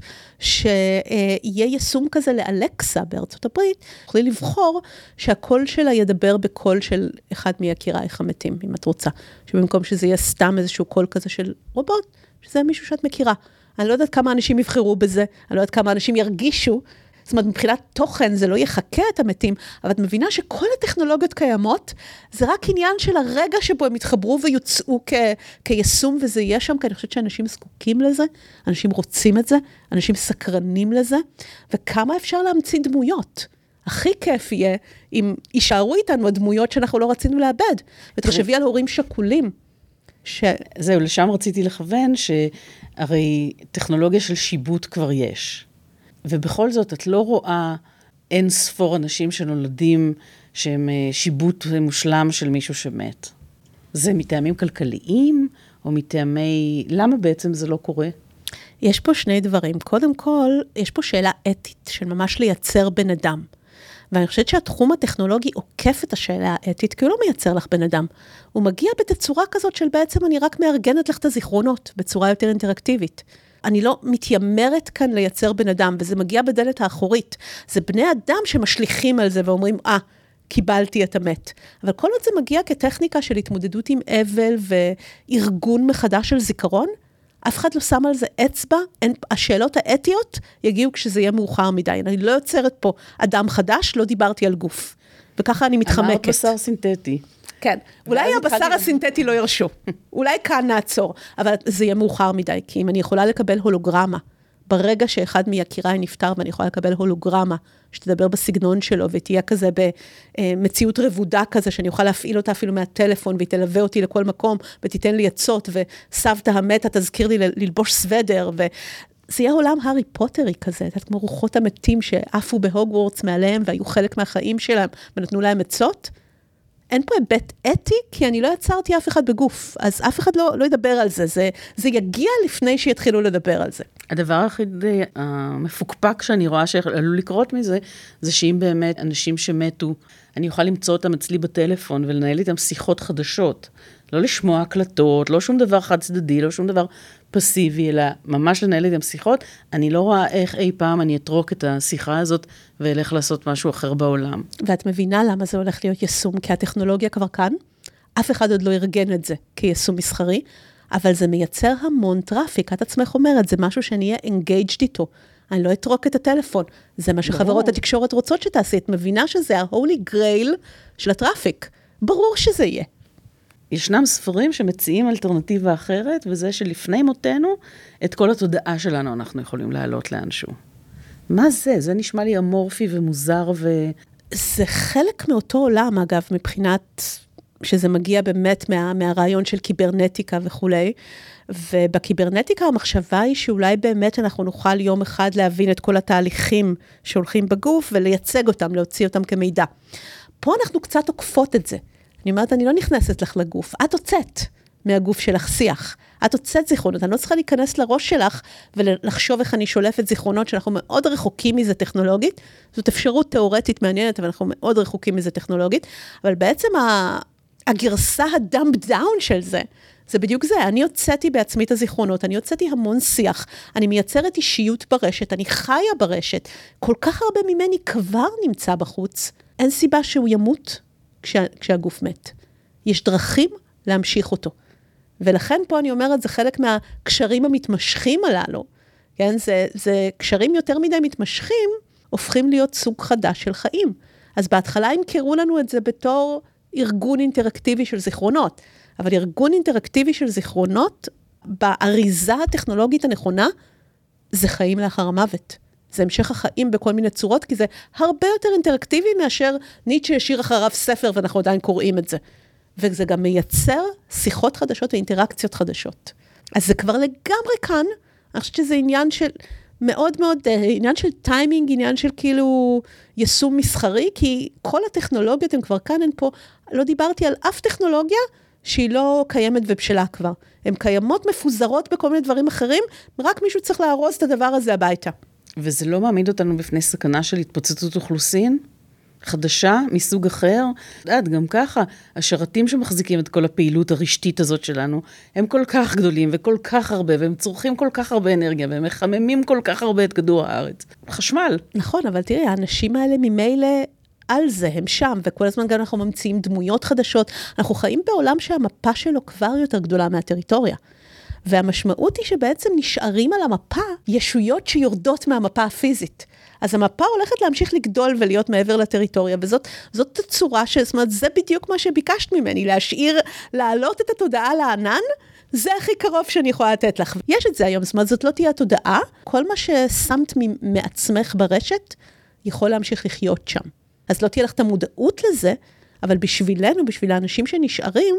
שיהיה יישום כזה לאלקסה בארצות הברית, יכולים לבחור שהקול שלה ידבר בקול של אחד מיקירייך המתים, אם את רוצה. שבמקום שזה יהיה סתם איזשהו קול כזה של רובוט, שזה מישהו שאת מכירה. אני לא יודעת כמה אנשים יבחרו בזה, אני לא יודעת כמה אנשים ירגישו, זאת אומרת, מבחינת תוכן זה לא יחכה את המתים, אבל את מבינה שכל הטכנולוגיות קיימות, זה רק עניין של הרגע שבו הם יתחברו ויוצאו כיישום, וזה יהיה שם, כי אני חושבת שאנשים זקוקים לזה, אנשים רוצים את זה, אנשים סקרנים לזה, וכמה אפשר להמציא דמויות. הכי כיף יהיה אם יישארו איתנו הדמויות שאנחנו לא רצינו לאבד, ותחשבי על הורים שכולים. זהו, לשם רציתי לכוון, שהרי טכנולוגיה של שיבוט כבר יש. ובכל זאת, את לא רואה אין ספור אנשים שנולדים שהם שיבוט מושלם של מישהו שמת. זה מטעמים כלכליים, או מטעמי... למה בעצם זה לא קורה? יש פה שני דברים. קודם כל, יש פה שאלה אתית של ממש לייצר בן אדם. ואני חושבת שהתחום הטכנולוגי עוקף את השאלה האתית, כי הוא לא מייצר לך בן אדם. הוא מגיע בתצורה כזאת של בעצם אני רק מארגנת לך את הזיכרונות, בצורה יותר אינטראקטיבית. אני לא מתיימרת כאן לייצר בן אדם, וזה מגיע בדלת האחורית. זה בני אדם שמשליכים על זה ואומרים, קיבלתי את המת. אבל כל עוד זה מגיע כטכניקה של התמודדות עם אבל וארגון מחדש של זיכרון, אף אחד לא שם על זה אצבע, השאלות האתיות יגיעו כשזה יהיה מאוחר מדי. אני לא יוצרת פה אדם חדש, לא דיברתי על גוף. וככה אני מתחמקת. אמרת בשר סינתטי. כן, אולי הבשר הסינתטי לא ירשו. אולי כאן נעצור, אבל זה יהיה מאוחר מדי, כי אם אני יכולה לקבל הולוגרמה, ברגע שאחד מיקיריי נפטר, ואני יכולה לקבל הולוגרמה, שתדבר בסגנון שלו, ותהיה כזה במציאות רבודה כזה, שאני אוכל להפעיל אותה אפילו מהטלפון, והיא תלווה אותי לכל מקום, ותיתן לי עצות, וסבתא המתה תזכיר לי ללבוש סוודר, וזה יהיה עולם הארי פוטרי כזה, כמו רוחות המתים שעפו בהוגוורטס מעליהם, והיו חלק מהחיים שלהם, ונתנו להם עצות. אין פה היבט אתי, כי אני לא יצרתי אף אחד בגוף, אז אף אחד לא ידבר על זה, זה יגיע לפני שיתחילו לדבר על זה. הדבר הכי המפוקפק שאני רואה שעלול לקרות מזה, זה שאם באמת אנשים שמתו, אני אוכל למצוא אותם אצלי בטלפון, ולנהל איתם שיחות חדשות, לא לשמוע הקלטות, לא שום דבר חד צדדי, לא שום דבר פסיבי, אלא ממש לנהל איתם שיחות, אני לא רואה איך אי פעם אני אתרוק את השיחה הזאת, ואלך לעשות משהו אחר בעולם. ואת מבינה למה זה הולך להיות יישום, כי הטכנולוגיה כבר כאן, אף אחד עוד לא ארגן את זה כיישום מסחרי, אבל זה מייצר המון טראפיק, את עצמך אומרת, זה משהו שאני אהיה engaged איתו, אני לא אתרוק את הטלפון, זה מה שחברות התקשורת רוצות שתעשי, את מבינה שזה ה-holy grail של הטראפיק, ברור שזה יהיה. ישנם ספרים שמציעים אלטרנטיבה אחרת, וזה שלפני מותנו, את כל התודעה שלנו אנחנו יכולים להעלות לאנשהו. מה זה? זה נשמע לי אמורפי ומוזר זה חלק מאותו עולם, אגב, מבחינת שזה מגיע באמת מהרעיון של קיברנטיקה וכולי, ובקיברנטיקה המחשבה היא שאולי באמת אנחנו נוכל יום אחד להבין את כל התהליכים שהולכים בגוף, ולייצג אותם, להוציא אותם כמידע. פה אנחנו קצת עוקפות את זה. אני אומרת, אני לא נכנסת לך לגוף, את הוצאת מהגוף שלך שיח, את הוצאת זיכרונות, אני לא צריכה להיכנס לראש שלך, ולחשוב איך אני שולפת זיכרונות, שאנחנו מאוד רחוקים מזה טכנולוגית, זאת אפשרות תיאורטית מעניינת, אבל אנחנו מאוד רחוקים מזה טכנולוגית, אבל בעצם הגרסה הדאמפ דאון של זה, זה בדיוק זה, אני הוצאתי בעצמי את הזיכרונות, אני הוצאתי המון שיח, אני מייצרת אישיות ברשת, אני חיה ברשת, כל כך הרבה ממני כבר נמצא בחוץ, אין סיבה שהוא ימות כשהגוף מת. יש דרכים להמשיך אותו. ולכן פה אני אומרת, זה חלק מהקשרים המתמשכים הללו, כן? זה קשרים יותר מדי מתמשכים, הופכים להיות סוג חדש של חיים. אז בהתחלה הם קראו לנו את זה בתור ארגון אינטראקטיבי של זיכרונות, אבל ארגון אינטראקטיבי של זיכרונות, באריזה הטכנולוגית הנכונה, זה חיים לאחר המוות. זה המשך החיים בכל מיני צורות, כי זה הרבה יותר אינטראקטיבי מאשר ניטשה ישיר אחריו ספר, ואנחנו עדיין קוראים את זה. וזה גם מייצר שיחות חדשות ואינטראקציות חדשות. אז זה כבר לגמרי כאן, אני חושבת שזה עניין של מאוד מאוד, עניין של טיימינג, עניין של כאילו יישום מסחרי, כי כל הטכנולוגיות הן כבר כאן, הן פה, לא דיברתי על אף טכנולוגיה שהיא לא קיימת ובשלה כבר. הן קיימות מפוזרות בכל מיני דברים אחרים, רק מישהו צריך להרוס את הדבר הזה הביתה. וזה לא מעמיד אותנו בפני סכנה של התפוצצות אוכלוסין? חדשה, מסוג אחר? גם ככה, השרתים שמחזיקים את כל הפעילות הרשתית הזאת שלנו, הם כל כך גדולים וכל כך הרבה, והם צורכים כל כך הרבה אנרגיה, והם מחממים כל כך הרבה את כדור הארץ. חשמל. נכון, אבל תראי, האנשים האלה ממילא על זה, הם שם, וכל הזמן גם אנחנו ממציאים דמויות חדשות. אנחנו חיים בעולם שהמפה שלו כבר יותר גדולה מהטריטוריה. והמשמעות היא שבעצם נשארים על המפה ישויות שיורדות מהמפה הפיזית. אז המפה הולכת להמשיך לגדול ולהיות מעבר לטריטוריה, וזאת הצורה זאת אומרת, זה בדיוק מה שביקשת ממני, להעלות את התודעה לענן, זה הכי קרוב שאני יכולה לתת לך. יש את זה היום, זאת אומרת, זאת לא תהיה התודעה, כל מה ששמת מעצמך ברשת, יכול להמשיך לחיות שם. אז לא תהיה לך את המודעות לזה, אבל בשבילנו, בשביל האנשים שנשארים,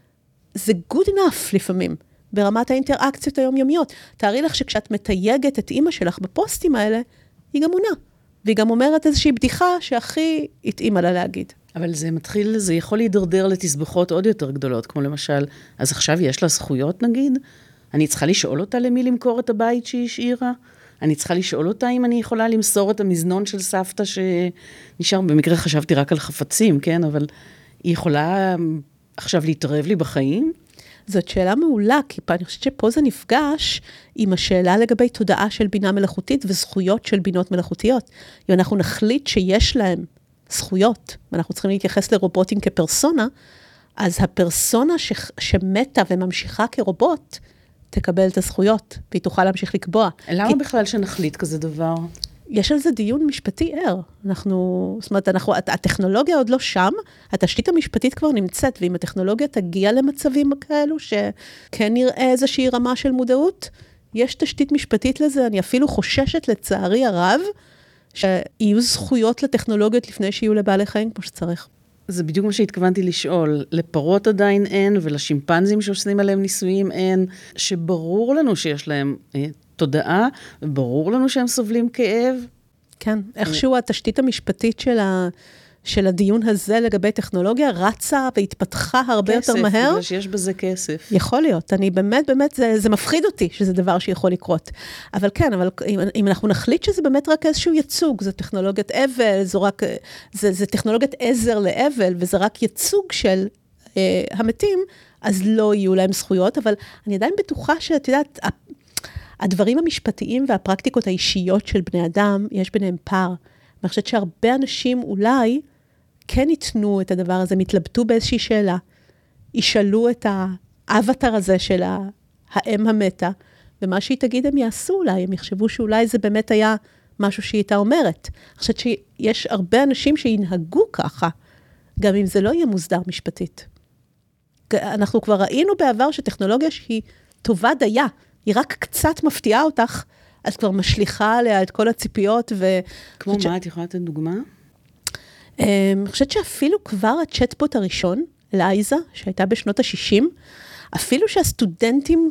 זה good enough לפעמים. ברמת האינטראקציות היומיומיות. תארי לך שכשאת מתייגת את אמא שלך בפוסטים האלה, היא גם עונה. והיא גם אומרת איזושהי בדיחה שהכי התאימה לה להגיד. אבל זה יכול להידרדר לתסבוכות עוד יותר גדולות, כמו למשל, אז עכשיו יש לה זכויות נגיד? אני צריכה לשאול אותה למי למכור את הבית שהיא השאירה? אני צריכה לשאול אותה אם אני יכולה למסור את המזנון של סבתא שנשאר, במקרה חשבתי רק על חפצים, כן? אבל היא יכולה עכשיו להתערב לי בחיים? זאת שאלה מעולה, כי אני חושבת שפה זה נפגש עם השאלה לגבי תודעה של בינה מלאכותית וזכויות של בינות מלאכותיות. אם אנחנו נחליט שיש להם זכויות, ואנחנו צריכים להתייחס לרובוטים כפרסונה, אז הפרסונה שמתה וממשיכה כרובוט, תקבל את הזכויות, והיא תוכל להמשיך לקבוע. למה בכלל שנחליט כזה דבר? יש על זה דיון משפטי ער. זאת אומרת, הטכנולוגיה עוד לא שם, התשתית המשפטית כבר נמצאת, ואם הטכנולוגיה תגיע למצבים כאלו, שכן נראה איזושהי רמה של מודעות, יש תשתית משפטית לזה, אני אפילו חוששת לצערי הרב, שיהיו זכויות לטכנולוגיות לפני שיהיו לבעלי חיים כמו שצריך. זה בדיוק מה שהתכוונתי לשאול. לפרות עדיין אין, ולשימפנזים שעושים עליהם ניסויים אין, שברור לנו שיש להם תודעה, וברור לנו שהם סובלים כאב. כן, איכשהו התשתית המשפטית של הדיון הזה לגבי טכנולוגיה רצה והתפתחה הרבה יותר מהר. כסף, בגלל שיש בזה כסף. יכול להיות, אני באמת, זה מפחיד אותי שזה דבר שיכול לקרות. אבל כן, אם אנחנו נחליט שזה באמת רק איזשהו ייצוג, זה טכנולוגיית אבל, זה טכנולוגיית עזר לאבל, וזה רק ייצוג של המתים, אז לא יהיו להם זכויות, אבל אני עדיין בטוחה שאת יודעת, הדברים המשפטיים והפרקטיקות האישיות של בני אדם, יש ביניהם פער. אני חושבת שהרבה אנשים אולי כן ייתנו את הדבר הזה, מתלבטו באיזושהי שאלה, ישאלו את האבטר הזה של האם המתה, ומה שהיא תגיד הם יעשו אולי, הם יחשבו שאולי זה באמת היה משהו שהיא הייתה אומרת. אני חושבת שיש הרבה אנשים שינהגו ככה, גם אם זה לא יהיה מוסדר משפטית. אנחנו כבר ראינו בעבר שטכנולוגיה שהיא טובה דייה, היא רק קצת מפתיעה אותך, אז כבר משליחה עליה את כל הציפיות. כמו מה, את יכולה לתת דוגמה? אני חושבת שאפילו כבר הצ'טבוט הראשון, לייזה, שהייתה בשנות ה-60, אפילו שהסטודנטים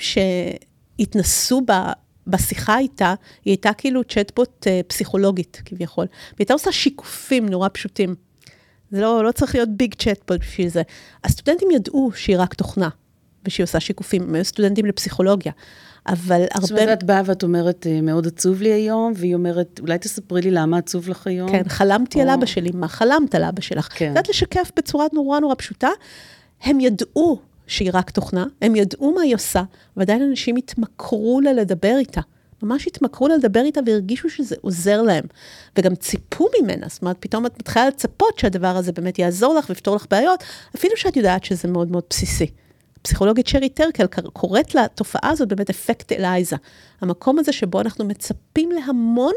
שהתנסו בשיחה איתה, היא הייתה כאילו צ'טבוט פסיכולוגית כביכול, והיא הייתה עושה שיקופים נורא פשוטים. זה לא צריך להיות ביג צ'טבוט בשביל זה. הסטודנטים ידעו שהיא רק תוכנה, ושהיא עושה שיקופים, הם היו סטודנטים לפסיכולוגיה. אבל הרבה... זאת אומרת, את באה ואת אומרת, מאוד עצוב לי היום, והיא אומרת, אולי תספרי לי למה עצוב לך היום? כן, חלמתי על אבא שלי, מה חלמת על אבא שלך? כן. יודעת לשקף בצורה נורא נורא פשוטה, הם ידעו שהיא רק תוכנה, הם ידעו מה היא עושה, ועדיין אנשים התמכרו לה לדבר איתה. ממש התמכרו לה לדבר איתה, והרגישו שזה עוזר להם. וגם ציפו ממנה, זאת אומרת, פתאום את מתחילה לצפות שהדבר הזה באמת יעזור לך, ויפתור לך בעיות, אפילו שאת יודעת שזה מאוד מאוד בסיסי. פסיכולוגית שרי טרקל קוראת לתופעה הזאת באמת אפקט אלייזה. המקום הזה שבו אנחנו מצפים להמון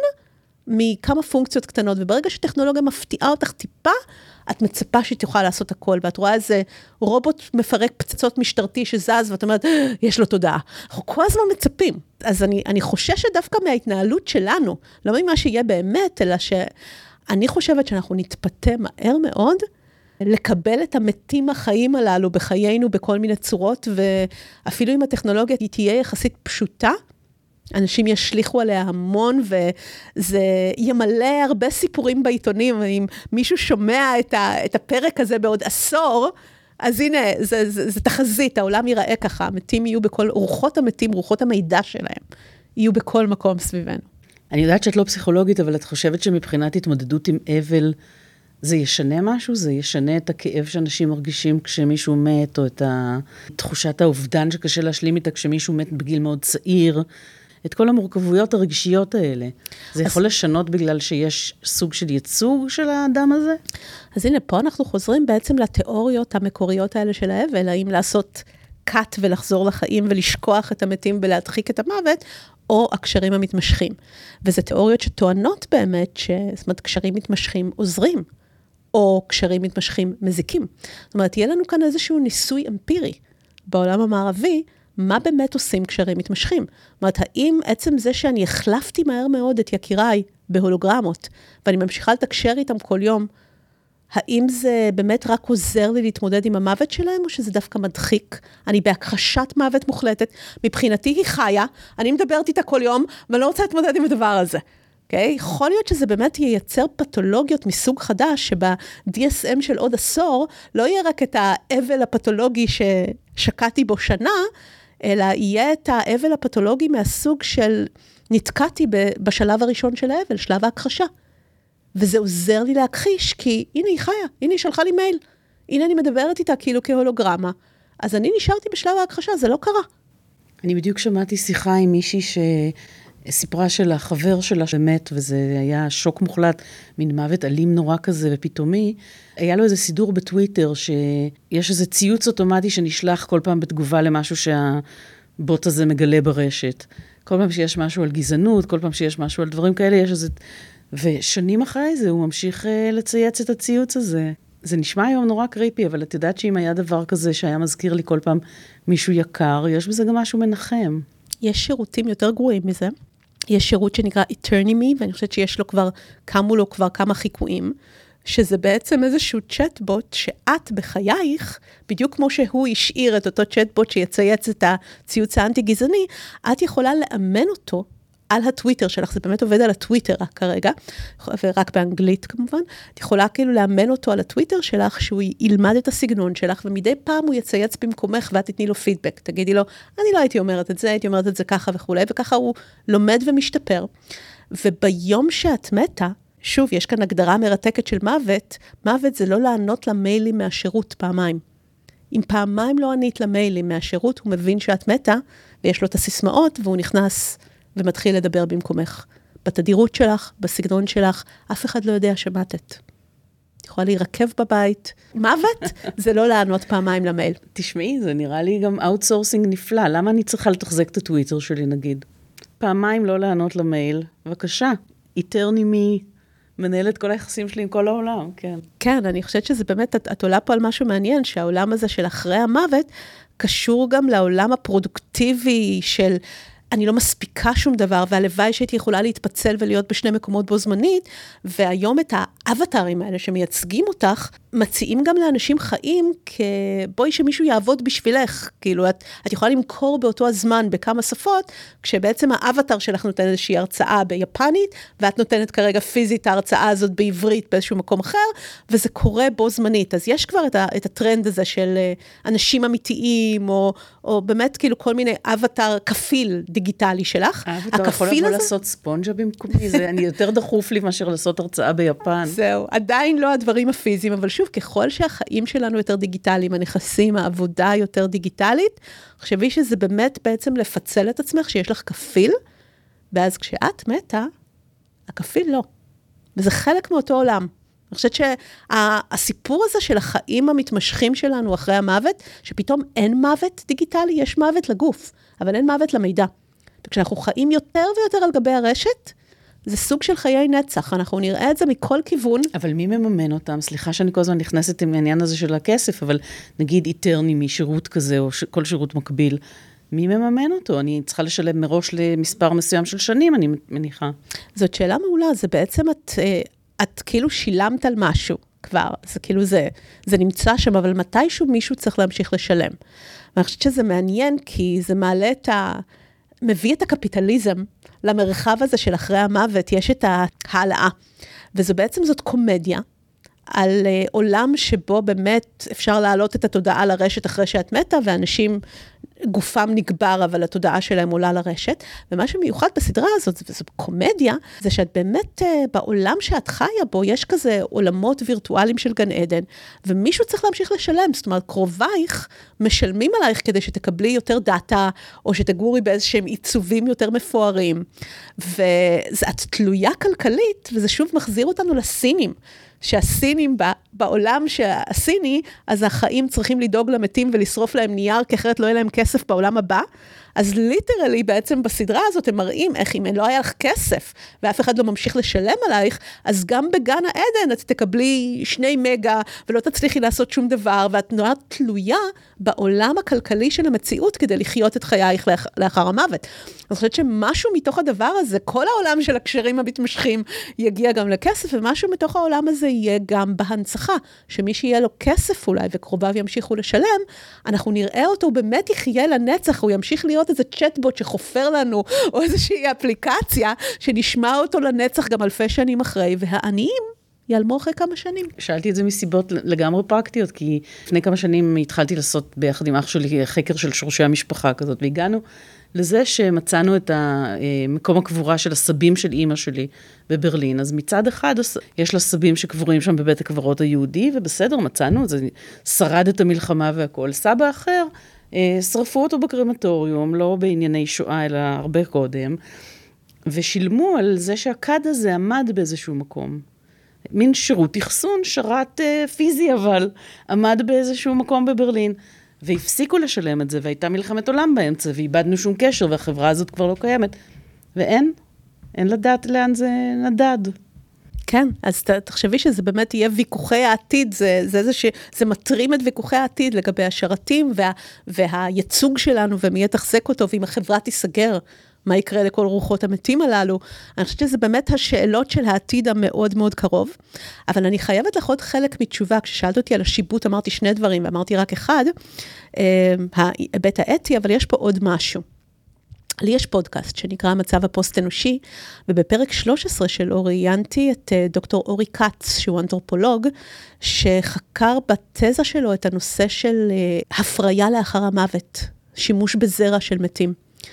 מכמה פונקציות קטנות, וברגע שטכנולוגיה מפתיעה אותך טיפה, את מצפה שהיא תוכל לעשות הכל, ואת רואה איזה רובוט מפרק פצצות משטרתי שזז, ואת אומרת, יש לו תודעה. אנחנו כל הזמן מצפים. אז אני חוששת דווקא מההתנהלות שלנו, לא ממה שיהיה באמת, אלא שאני חושבת שאנחנו נתפתה מהר מאוד, לקבל את המתים החיים הללו בחיינו בכל מיני צורות, ואפילו אם הטכנולוגיה תהיה יחסית פשוטה, אנשים ישליחו עליה המון, וזה ימלא הרבה סיפורים בעיתונים, אם מישהו שומע את הפרק הזה בעוד עשור, אז הנה, זה תחזית, העולם ייראה ככה, המתים יהיו בכל, רוחות המתים, רוחות המידע שלהם, יהיו בכל מקום סביבנו. אני יודעת שאת לא פסיכולוגית, אבל את חושבת שמבחינת התמודדות עם אבל, זה ישנה משהו? זה ישנה את הכאב שאנשים מרגישים כשמישהו מת, או את תחושת האובדן שקשה להשלים איתה כשמישהו מת בגיל מאוד צעיר, את כל המורכבויות הרגשיות האלה. זה יכול לשנות בגלל שיש סוג של ייצוג של האדם הזה? אז הנה, פה אנחנו חוזרים בעצם לתיאוריות המקוריות האלה של האבל, האם לעשות קאט ולחזור לחיים ולשכוח את המתים ולהדחיק את המוות, או הקשרים המתמשכים. וזה תיאוריות שטוענות באמת זאת אומרת, קשרים מתמשכים עוזרים, או קשרים מתמשכים מזיקים. זאת אומרת, יהיה לנו כאן איזשהו ניסוי אמפירי בעולם המערבי, מה באמת עושים קשרים מתמשכים? זאת אומרת, האם עצם זה שאני החלפתי מהר מאוד את יקיריי בהולוגרמות, ואני ממשיכה לתקשר איתם כל יום, האם זה באמת רק עוזר לי להתמודד עם המוות שלהם, או שזה דווקא מדחיק? אני בהכחשת מוות מוחלטת, מבחינתי היא חיה, אני מדברת איתה כל יום, ואני לא רוצה להתמודד עם הדבר הזה. Okay? יכול להיות שזה באמת ייצר פתולוגיות מסוג חדש, שב-DSM של עוד עשור, לא יהיה רק את האבל הפתולוגי ששקעתי בו שנה, אלא יהיה את האבל הפתולוגי מהסוג של נתקעתי בשלב הראשון של האבל, שלב ההכחשה. וזה עוזר לי להכחיש, כי הנה היא חיה, הנה היא שלחה לי מייל, הנה אני מדברת איתה כאילו כהולוגרמה, אז אני נשארתי בשלב ההכחשה, זה לא קרה. אני בדיוק שמעתי שיחה עם מישהי שסיפרה של החבר שלה שמת, וזה היה שוק מוחלט, מין מוות אלים נורא כזה ופתאומי. היה לו איזה סידור בטוויטר, שיש איזה ציוץ אוטומטי שנשלח כל פעם בתגובה למשהו שהבוט הזה מגלה ברשת. כל פעם שיש משהו על גזענות, כל פעם שיש משהו על דברים כאלה, יש איזה... ושנים אחרי זה הוא ממשיך לצייץ את הציוץ הזה. זה נשמע היום נורא קריפי, אבל את יודעת שאם היה דבר כזה שהיה מזכיר לי כל פעם מישהו יקר, יש בזה גם משהו מנחם. יש שירותים יותר גרועים מזה. יש שירות שנקרא Eternity, ואני חושבת שיש לו כבר, קמו לו כבר כמה חיקויים, שזה בעצם איזשהו צ'טבוט שאת בחייך, בדיוק כמו שהוא השאיר את אותו צ'טבוט שיצייץ את הציוץ האנטי-גזעני, את יכולה לאמן אותו על הטוויטר שלך, זה באמת עובד על הטוויטר כרגע, ורק באנגלית כמובן, את יכולה כאילו לאמן אותו על הטוויטר שלך, שהוא ילמד את הסגנון שלך, ומדי פעם הוא יצייץ במקומך, ואת תתני לו פידבק, תגידי לו, אני לא הייתי אומרת את זה, הייתי אומרת את זה ככה וכו', וככה הוא לומד ומשתפר. וביום שאת מתה, שוב, יש כאן הגדרה מרתקת של מוות, מוות זה לא לענות למיילים מהשירות פעמיים. אם פעמיים לא ענית למיילים מהשירות, הוא מבין שאת מתה, ויש לו את הסיסמאות, והוא נכנס ומתחיל לדבר במקומך. בתדירות שלך, בסגנון שלך, אף אחד לא יודע שמתת. יכולה להירקב בבית. מוות זה לא לענות פעמיים למייל. תשמעי, זה נראה לי גם אאוטסורסינג נפלא. למה אני צריכה לתחזק את הטוויטר שלי, נגיד? פעמיים לא לענות למייל. בבקשה. Eternity מנהל את כל היחסים שלי עם כל העולם, כן. כן, אני חושבת שזה באמת, את עולה פה על משהו מעניין, שהעולם הזה של אחרי המוות, קשור גם לעולם הפרודוקטיבי של אני לא מספיקה שום דבר, והלוואי שהייתי יכולה להתפצל ולהיות בשני מקומות בו זמנית, והיום את האבטרים האלה שמייצגים אותך, מציעים גם לאנשים חיים כבואי שמישהו יעבוד בשבילך, כאילו את יכולה למכור באותו הזמן בכמה שפות, כשבעצם האבטר שלך נותן איזושהי הרצאה ביפנית, ואת נותנת כרגע פיזית ההרצאה הזאת בעברית באיזשהו מקום אחר, וזה קורה בו זמנית. אז יש כבר את הטרנד הזה של אנשים אמיתיים, או באמת כאילו כל מיני אבטר כפיל דיגיטלי שלך. האבטר יכול לבוא לעשות ספונג'ה במקומי, אני יותר דחוף לי מאשר לעשות הרצאה ביפן. זהו, עדיין לא הדברים הפיזיים, אבל שוב, ככל שהחיים שלנו יותר דיגיטליים, הנכסים, העבודה יותר דיגיטלית, חשבי שזה באמת בעצם לפצל את עצמך, שיש לך כפיל, ואז כשאת מתה, הכפיל לא. וזה חלק מאותו עולם. אני חושבת שהסיפור הזה של החיים המתמשכים שלנו אחרי המוות, שפתאום אין מוות דיגיטלי, יש מוות לגוף, אבל אין מוות למידע. וכשאנחנו חיים יותר ויותר על גבי הרשת, זה סוג של חיי נצח, אנחנו נראה את זה מכל כיוון. אבל מי מממן אותם? סליחה שאני כל הזמן נכנסת עם העניין הזה של הכסף, אבל נגיד Eternity, שירות כזה, או כל שירות מקביל, מי מממן אותו? אני צריכה לשלם מראש למספר מסוים של שנים, אני מניחה. זאת שאלה מעולה, זה בעצם את כאילו שילמת על משהו כבר, זה כאילו זה נמצא שם, אבל מתישהו מישהו צריך להמשיך לשלם. ואני חושבת שזה מעניין, כי זה מעלה מביא את הקפיטליזם למרחב הזה של אחרי המוות, יש את ההעלאה. וזו בעצם זאת קומדיה, על עולם שבו באמת אפשר להעלות את התודעה לרשת אחרי שאת מתה, ואנשים גופם נגבר, אבל התודעה שלהם עולה לרשת. ומה שמיוחד בסדרה הזאת, וזו קומדיה, זה שאת באמת בעולם שאת חיה בו, יש כזה עולמות וירטואליים של גן עדן, ומישהו צריך להמשיך לשלם, זאת אומרת, קרובייך משלמים עלייך כדי שתקבלי יותר דאטה, או שתגורי באיזשהם עיצובים יותר מפוארים. ואת תלויה כלכלית, וזה שוב מחזיר אותנו לסינים, שהסינים בעולם שהסיני, אז החיים צריכים לדאוג למתים ולשרוף להם נייר, כי אחרת לא יהיה להם כסף בעולם הבא. אז ליטרלי בעצם בסדרה הזאת הם מראים איך אם לא היה לך כסף, ואף אחד לא ממשיך לשלם עלייך, אז גם בגן העדן את תקבלי 2 מגה, ולא תצליחי לעשות שום דבר, ואת נורא תלויה בעולם הכלכלי של המציאות, כדי לחיות את חייך לאחר המוות. אני חושבת שמשהו מתוך הדבר הזה, כל העולם של הקשרים המתמשכים, יגיע גם לכסף, ומשהו מתוך העולם הזה יהיה גם בהנצחה, שמי שיהיה לו כסף אולי, וקרוביו ימשיכו לשלם, אנחנו נראה אותו, הוא באמת יחיה לנצח, הוא ימשיך להיות איזה צ'טבוט שחופר לנו, או איזושהי אפליקציה, שנשמע אותו לנצח גם אלפי שנים אחרי, והעניים ייעלמו אחרי כמה שנים. שאלתי את זה מסיבות לגמרי פרקטיות, כי לפני כמה שנים התחלתי לעשות ביחד עם אח שלי חקר של שורשי המשפחה כזאת, והגענו לזה שמצאנו את מקום הקבורה של הסבים של אימא שלי בברלין. אז מצד אחד יש לה סבים שקבורים שם בבית הקברות היהודי, ובסדר, מצאנו, זה שרד את המלחמה והכל. סבא אחר, שרפו אותו בקרמטוריום, לא בענייני שואה, אלא הרבה קודם, ושילמו על זה שהכד הזה עמד באיזשהו מקום. מין שירות אחסון, שרת פיזי, אבל עמד באיזשהו מקום בברלין. והפסיקו לשלם את זה, והייתה מלחמת עולם באמצע, ואיבדנו שום קשר, והחברה הזאת כבר לא קיימת. ואין לדעת לאן זה נדד. כן, אז תחשבי שזה באמת יהיה ויכוחי העתיד, זה מטרים את ויכוחי העתיד לגבי השרתים, והייצוג שלנו, ומי יתחזק אותו, ואם החברה תיסגר, מה יקרה לכל רוחות המתים הללו. אני חושבת שזה באמת השאלות של העתיד המאוד מאוד קרוב, אבל אני חייבת לך עוד חלק מתשובה, כששאלת אותי על השיבוט, אמרתי שני דברים, ואמרתי רק אחד, ההיבט האתי, אבל יש פה עוד משהו. לי יש פודקאסט שנקרא המצב הפוסט-אנושי, ובפרק 13 שלו ראיינתי את דוקטור אורי קץ, שהוא אנתרופולוג, שחקר בתזה שלו את הנושא של הפריה לאחר המוות, שימוש בזרע של מתים.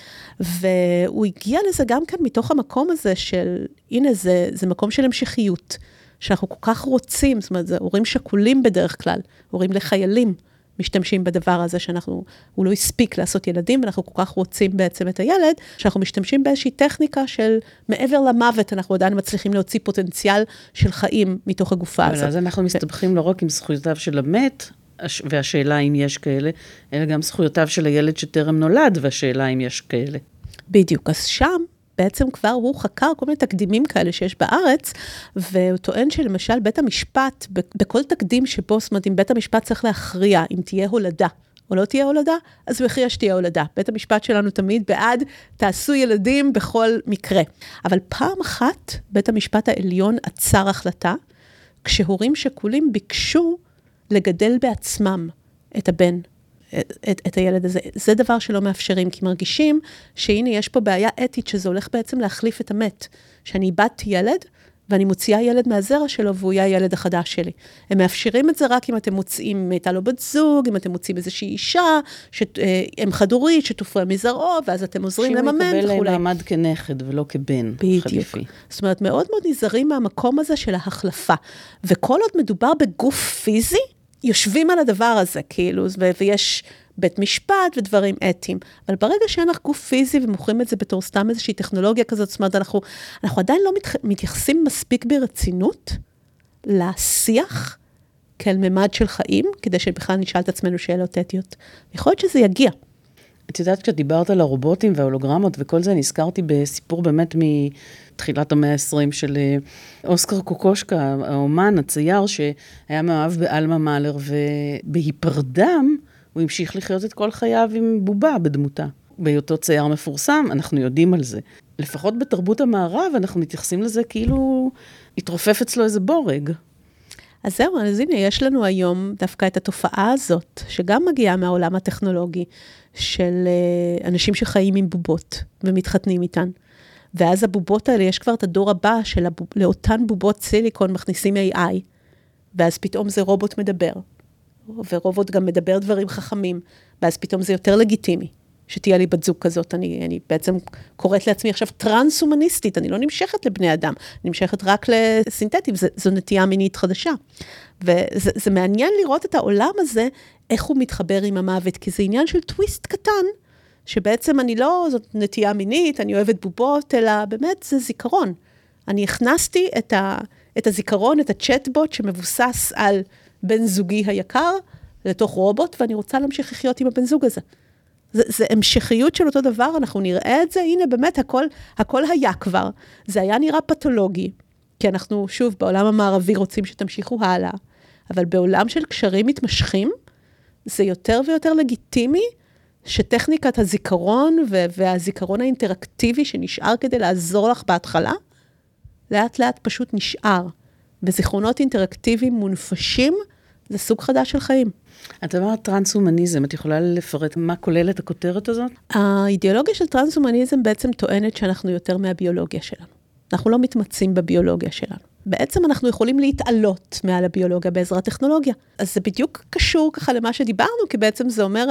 והוא הגיע לזה גם כן מתוך המקום הזה של, הנה זה מקום של המשכיות, שאנחנו כל כך רוצים, זאת אומרת, זה הורים שכולים בדרך כלל, הורים לחיילים, משתמשים בדבר הזה הוא לא הספיק לעשות ילדים, ואנחנו כל כך רוצים בעצם את הילד, שאנחנו משתמשים באיזושהי טכניקה של מעבר למוות, אנחנו עדיין מצליחים להוציא פוטנציאל של חיים מתוך הגופה הזאת. אז אנחנו מסתבכים לא רק עם זכויותיו של המת, והשאלה אם יש כאלה, אלא גם זכויותיו של הילד שטרם נולד, והשאלה אם יש כאלה. בדיוק, אז שם בעצם כבר הוא חקר כל מיני תקדימים כאלה שיש בארץ, והוא טוען שלמשל בית המשפט, בכל תקדים שבו, זאת אומרת, אם בית המשפט צריך להכריע אם תהיה הולדה, או לא תהיה הולדה, אז הוא הכריע שתהיה הולדה. בית המשפט שלנו תמיד בעד, תעשו ילדים בכל מקרה. אבל פעם אחת, בית המשפט העליון עצר החלטה, כשהורים שכולים ביקשו לגדל בעצמם את הבן, את הילד הזה. זה דבר שלא מאפשרים, כי מרגישים שהנה יש פה בעיה אתית, שזה הולך בעצם להחליף את המת. שאני איבדתי ילד, ואני מוציאה ילד מהזרע שלו, והוא יהיה הילד החדש שלי. הם מאפשרים את זה רק אם אתם מוצאים הייתה לו בת זוג, אם אתם מוצאים איזושהי אישה, הם חדורית, שתופרה מזרעו, ואז אתם עוזרים לממן וכו'. שהוא יקבל מעמד כנכד, ולא כבן חליפי. זאת אומרת, מאוד מאוד נזהרים מהמקום הזה של ההחלפה. וכל עוד מדובר בגוף פיזי, יושבים על הדבר הזה, כאילו, ויש בית משפט ודברים אתיים. אבל ברגע שאין לך גוף פיזי ומוכרים את זה בתור סתם איזושהי טכנולוגיה כזאת, זאת אומרת, אנחנו עדיין לא מתייחסים מספיק ברצינות לשיח כאל ממד של חיים, כדי שבכלל נשאל את עצמנו שאלות אתיות. יכול להיות שזה יגיע. את יודעת, כשדיברת על הרובוטים וההולוגרמות וכל זה, נזכרתי בסיפור באמת מתחילת המאה ה-20 של אוסקר קוקושקה, האומן, הצייר, שהיה מאוהב באלמה מאלר, ובהיפרדם הוא המשיך לחיות את כל חייו עם בובה בדמותה. בהיותו צייר מפורסם, אנחנו יודעים על זה. לפחות בתרבות המערב, אנחנו מתייחסים לזה כאילו התרופף אצלו איזה בורג. אז זהו, אז הנה, יש לנו היום דווקא את התופעה הזאת, שגם מגיעה מהעולם הטכנולוגי, של אנשים שחיים עם בובות, ומתחתנים איתן. ואז הבובות האלה, יש כבר את הדור הבא, לאותן בובות סיליקון מכניסים AI, ואז פתאום זה רובוט מדבר, ורובוט גם מדבר דברים חכמים, ואז פתאום זה יותר לגיטימי, שתהיה לי בת זוג כזאת. אני בעצם קוראת לעצמי עכשיו טרנס-הומניסטית, אני לא נמשכת לבני אדם, אני נמשכת רק לסינתטים, זו נטייה מינית חדשה. וזה מעניין לראות את העולם הזה, איך הוא מתחבר עם המוות, כי זה עניין של טוויסט קטן, שבעצם אני לא, זאת נטייה מינית, אני אוהבת בובות, אלא באמת זה זיכרון. אני הכנסתי את הזיכרון, את הצ'טבוט שמבוסס על בן זוגי היקר, לתוך רובוט, ואני רוצה להמשיך לחיות עם הבן זוג הזה. זה המשכיות של אותו דבר, אנחנו נראה את זה, הנה באמת הכל היה כבר. זה היה נראה פתולוגי, כי אנחנו שוב בעולם המערבי רוצים שתמשיכו הלאה, אבל בעולם של קשרים מתמשכים, זה יותר ויותר לגיטימי, שטכניקת הזיכרון והזיכרון האינטראקטיבי שנשאר כדי לעזור לך בהתחלה, לאט לאט פשוט נשאר. וזיכרונות אינטראקטיביים מונפשים, זה סוג חדש של חיים. את אמרת טרנס-הומניזם, את יכולה לפרט מה כוללת הכותרת הזאת? האידיאולוגיה של טרנס-הומניזם בעצם טוענת שאנחנו יותר מהביולוגיה שלנו. אנחנו לא מתמצאים בביולוגיה שלנו. בעצם אנחנו יכולים להתעלות מעל הביולוגיה בעזרת טכנולוגיה. אז זה בדיוק קשור ככה למה שדיברנו, כי בעצם זה אומר,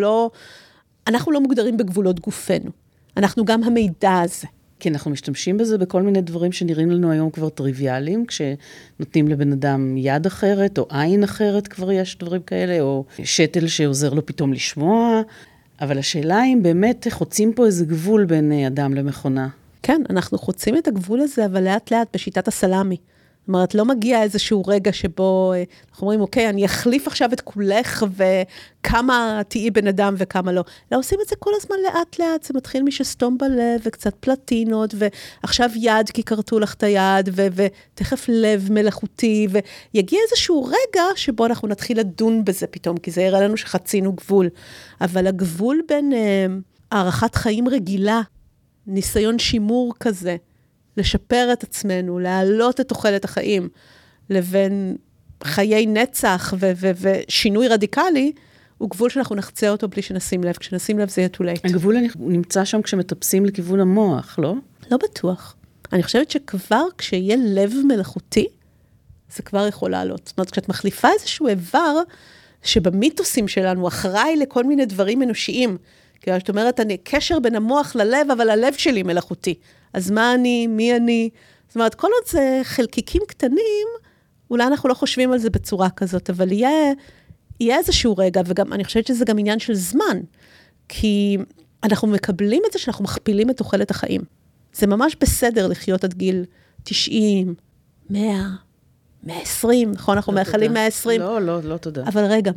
אנחנו לא מוגדרים בגבולות גופנו. אנחנו גם המידע הזה. כי אנחנו משתמשים בזה בכל מיני דברים שנראים לנו היום כבר טריוויאליים, כשנותנים לבן אדם יד אחרת, או עין אחרת, כבר יש דברים כאלה, או שתל שעוזר לו פתאום לשמוע, אבל השאלה אם באמת חוצים פה איזה גבול בין אדם למכונה. כן, אנחנו חוצים את הגבול הזה, אבל לאט לאט בשיטת הסלאמי. זאת אומרת, לא מגיע איזשהו רגע שבו אנחנו אומרים, אוקיי, אני אחליף עכשיו את כולך, וכמה תהיי בן אדם וכמה לא. לא עושים את זה כל הזמן לאט לאט, זה מתחיל משסתום בלב, וקצת פלטינות, ועכשיו יד כי קרתו לך את היד, ותכף לב מלאכותי, ויגיע איזשהו רגע שבו אנחנו נתחיל לדון בזה פתאום, כי זה יראה לנו שחצינו גבול. אבל הגבול בין הערכת חיים רגילה, ניסיון שימור כזה, לשפר את עצמנו, להעלות את תוחלת החיים, לבין חיי נצח ושינוי רדיקלי, הוא גבול שאנחנו נחצה אותו בלי שנשים לב. כשנשים לב זה יהיה too late. הגבול נמצא שם כשמטפסים לכיוון המוח, לא? לא בטוח. אני חושבת שכבר כשיהיה לב מלאכותי, זה כבר יכול לעלות. זאת אומרת, כשאת מחליפה איזשהו איבר, שבמיתוסים שלנו אחראי לכל מיני דברים אנושיים, כי זאת אומרת, אני קשר בין המוח ללב, אבל הלב שלי מלאכותי. אז מה אני, מי אני? זאת אומרת, כל עוד זה חלקיקים קטנים, אולי אנחנו לא חושבים על זה בצורה כזאת, אבל יהיה איזשהו רגע, וגם, אני חושבת שזה גם עניין של זמן, כי אנחנו מקבלים את זה שאנחנו מכפילים את תוחלת החיים. זה ממש בסדר לחיות עד גיל 90, 100, 120, נכון? אנחנו מאחלים 120. לא, תודה. אבל רגע,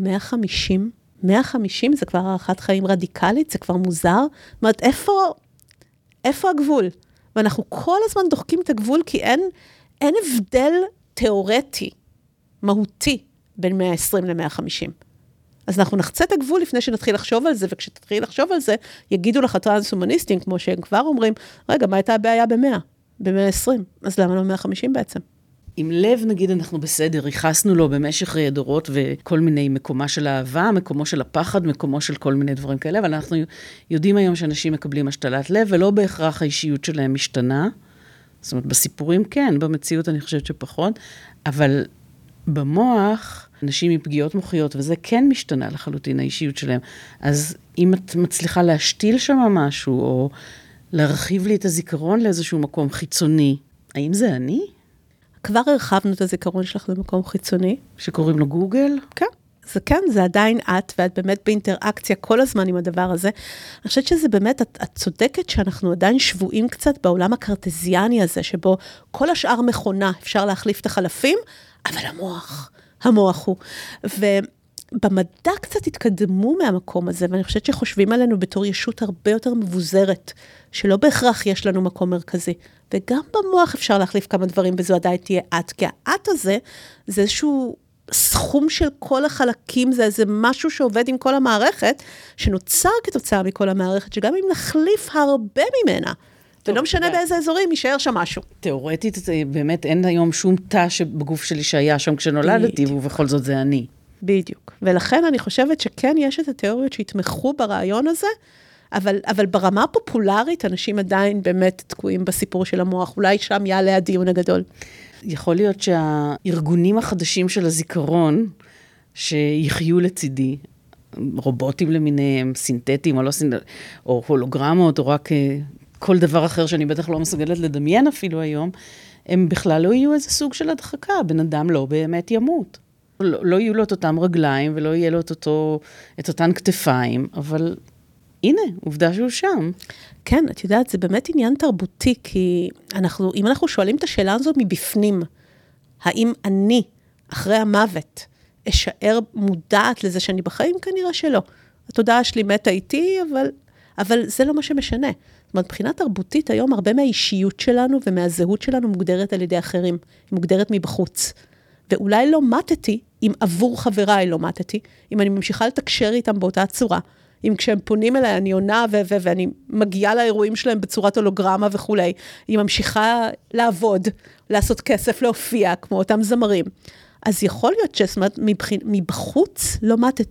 150 זה כבר הערכת חיים רדיקלית, זה כבר מוזר. זאת אומרת, איפה הגבול? ואנחנו כל הזמן דוחקים את הגבול, כי אין הבדל תיאורטי, מהותי, בין 120 ל-150. אז אנחנו נחצה את הגבול לפני שנתחיל לחשוב על זה, וכשתתחיל לחשוב על זה, יגידו לך טרנס-הומניסטים, כמו שהם כבר אומרים, רגע, מה הייתה הבעיה ב-100? ב-120? אז למה לא 150 בעצם? עם לב, נגיד, אנחנו בסדר, ייחסנו לו במשך דורות וכל מיני מקומה של האהבה, מקומו של הפחד, מקומו של כל מיני דברים כאלה, אבל אנחנו יודעים היום שאנשים מקבלים השתלת לב, ולא בהכרח האישיות שלהם משתנה. זאת אומרת, בסיפורים כן, במציאות אני חושבת שפחות, אבל במוח, אנשים עם פגיעות מוחיות, וזה כן משתנה לחלוטין האישיות שלהם. אז אם את מצליחה להשתיל שם משהו, או להרחיב לי את הזיכרון לאיזשהו מקום חיצוני, האם זה אני? כבר הרחבנו את הזיכרון שלך למקום חיצוני. שקוראים לו גוגל? כן, זה עדיין את, ואת באמת באינטראקציה כל הזמן עם הדבר הזה. אני חושבת שזה באמת, את צודקת שאנחנו עדיין שבועים קצת בעולם הקרטזיאני הזה, שבו כל השאר מכונה, אפשר להחליף את החלפים, אבל המוח הוא. ובמדע קצת התקדמו מהמקום הזה, ואני חושבת שחושבים עלינו בתור ישות הרבה יותר מבוזרת, שלא בהכרח יש לנו מקום מרכזי. וגם במוח אפשר להחליף כמה דברים, וזו עדיין תהיה את, כי האת הזה, זה איזשהו סכום של כל החלקים, זה איזה משהו שעובד עם כל המערכת, שנוצר כתוצאה מכל המערכת, שגם אם נחליף הרבה ממנה, ולא משנה באיזה אזורים, יישאר שם משהו. תיאורטית, באמת אין היום שום תא בגוף שלי שהיה שם כשנולדתי, ובכל זאת זה אני. בדיוק. ולכן אני חושבת שכן יש את התיאוריות שהתמכו ברעיון הזה, אבל ברמה הפופולרית, אנשים עדיין באמת תקועים בסיפור של המוח, אולי שם יעלה הדיון הגדול. יכול להיות שהארגונים החדשים של הזיכרון, שיחיו לצידי, רובוטים למיניהם, סינתטיים או לא סינתטיים, או הולוגרמות, או רק כל דבר אחר שאני בטח לא מסוגלת לדמיין אפילו היום, הם בכלל לא יהיו איזה סוג של הדחקה, בן אדם לא באמת ימות. לא יהיו לו את אותם רגליים, ולא יהיה לו את אותן כתפיים, אבל הנה, עובדה שהוא שם. כן, את יודעת, זה באמת עניין תרבותי, כי אם אנחנו שואלים את השאלה הזאת מבפנים, האם אני, אחרי המוות, אשאר מודעת לזה שאני בחיים? כנראה שלא. התודעה שלי מתה איתי, אבל זה לא מה שמשנה. זאת אומרת, מבחינה תרבותית, היום הרבה מהאישיות שלנו ומהזהות שלנו מוגדרת על ידי אחרים, היא מוגדרת מבחוץ. ואולי לא מתתי, אם עבור חבריי לא מתתי, אם אני ממשיכה לתקשר איתם באותה צורה, אם כשהם פונים אליי אני עונה ואני מגיעה לאירועים שלהם בצורת הולוגרמה וכו', היא ממשיכה לעבוד, לעשות כסף, להופיע, כמו אותם זמרים. אז יכול להיות מבחוץ לא מתתי.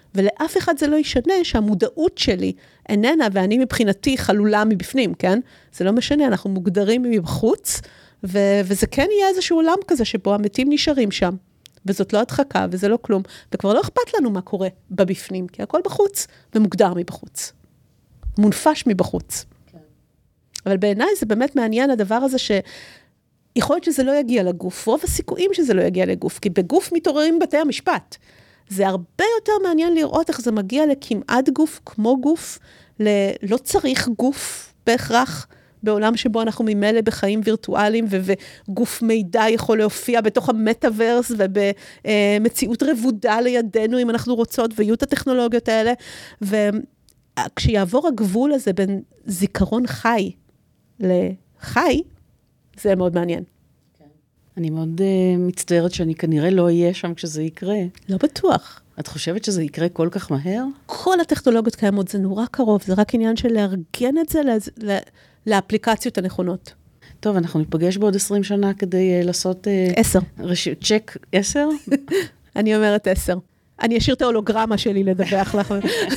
ולאף אחד זה לא ישנה שהמודעות שלי איננה, ואני מבחינתי חלולה מבפנים, כן? זה לא משנה, אנחנו מוגדרים מבחוץ, וזה כן יהיה איזשהו עולם כזה, שבו המתים נשארים שם, וזאת לא הדחקה, וזה לא כלום, וכבר לא אכפת לנו מה קורה בבפנים, כי הכל בחוץ, ומוגדר מבחוץ. מונפש מבחוץ. כן. אבל בעיניי זה באמת מעניין הדבר הזה יכול להיות שזה לא יגיע לגוף, רוב הסיכויים שזה לא יגיע לגוף, כי בגוף מתעוררים בתי המשפט. זה הרבה יותר מעניין לראות איך זה מגיע לכמעט גוף, כמו גוף, לא צריך גוף בהכרח, בעולם שבו אנחנו ממילא בחיים וירטואליים, וגוף מידע יכול להופיע בתוך המטאברס, ובמציאות רבודה לידינו, אם אנחנו רוצות, ויהיו את הטכנולוגיות האלה, וכשיעבור הגבול הזה בין זיכרון חי לחי, זה מאוד מעניין. אני מאוד מצטערת שאני כנראה לא אהיה שם כשזה יקרה. לא בטוח. את חושבת שזה יקרה כל כך מהר? כל הטכנולוגיות קיימות, זה נורא קרוב, זה רק עניין של לארגן את זה לאפליקציות הנכונות. טוב, אנחנו ניפגש בעוד 20 שנה כדי לעשות... 10. צ'ק 10? אני אומרת 10. אני אשאיר את ההולוגרמה שלי לדווח לך.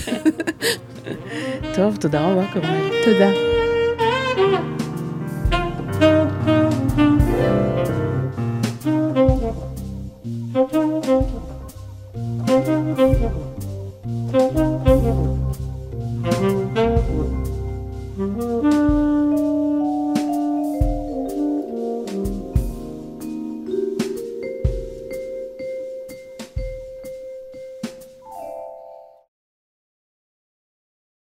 טוב, תודה רבה, כרמל. תודה. Thank you.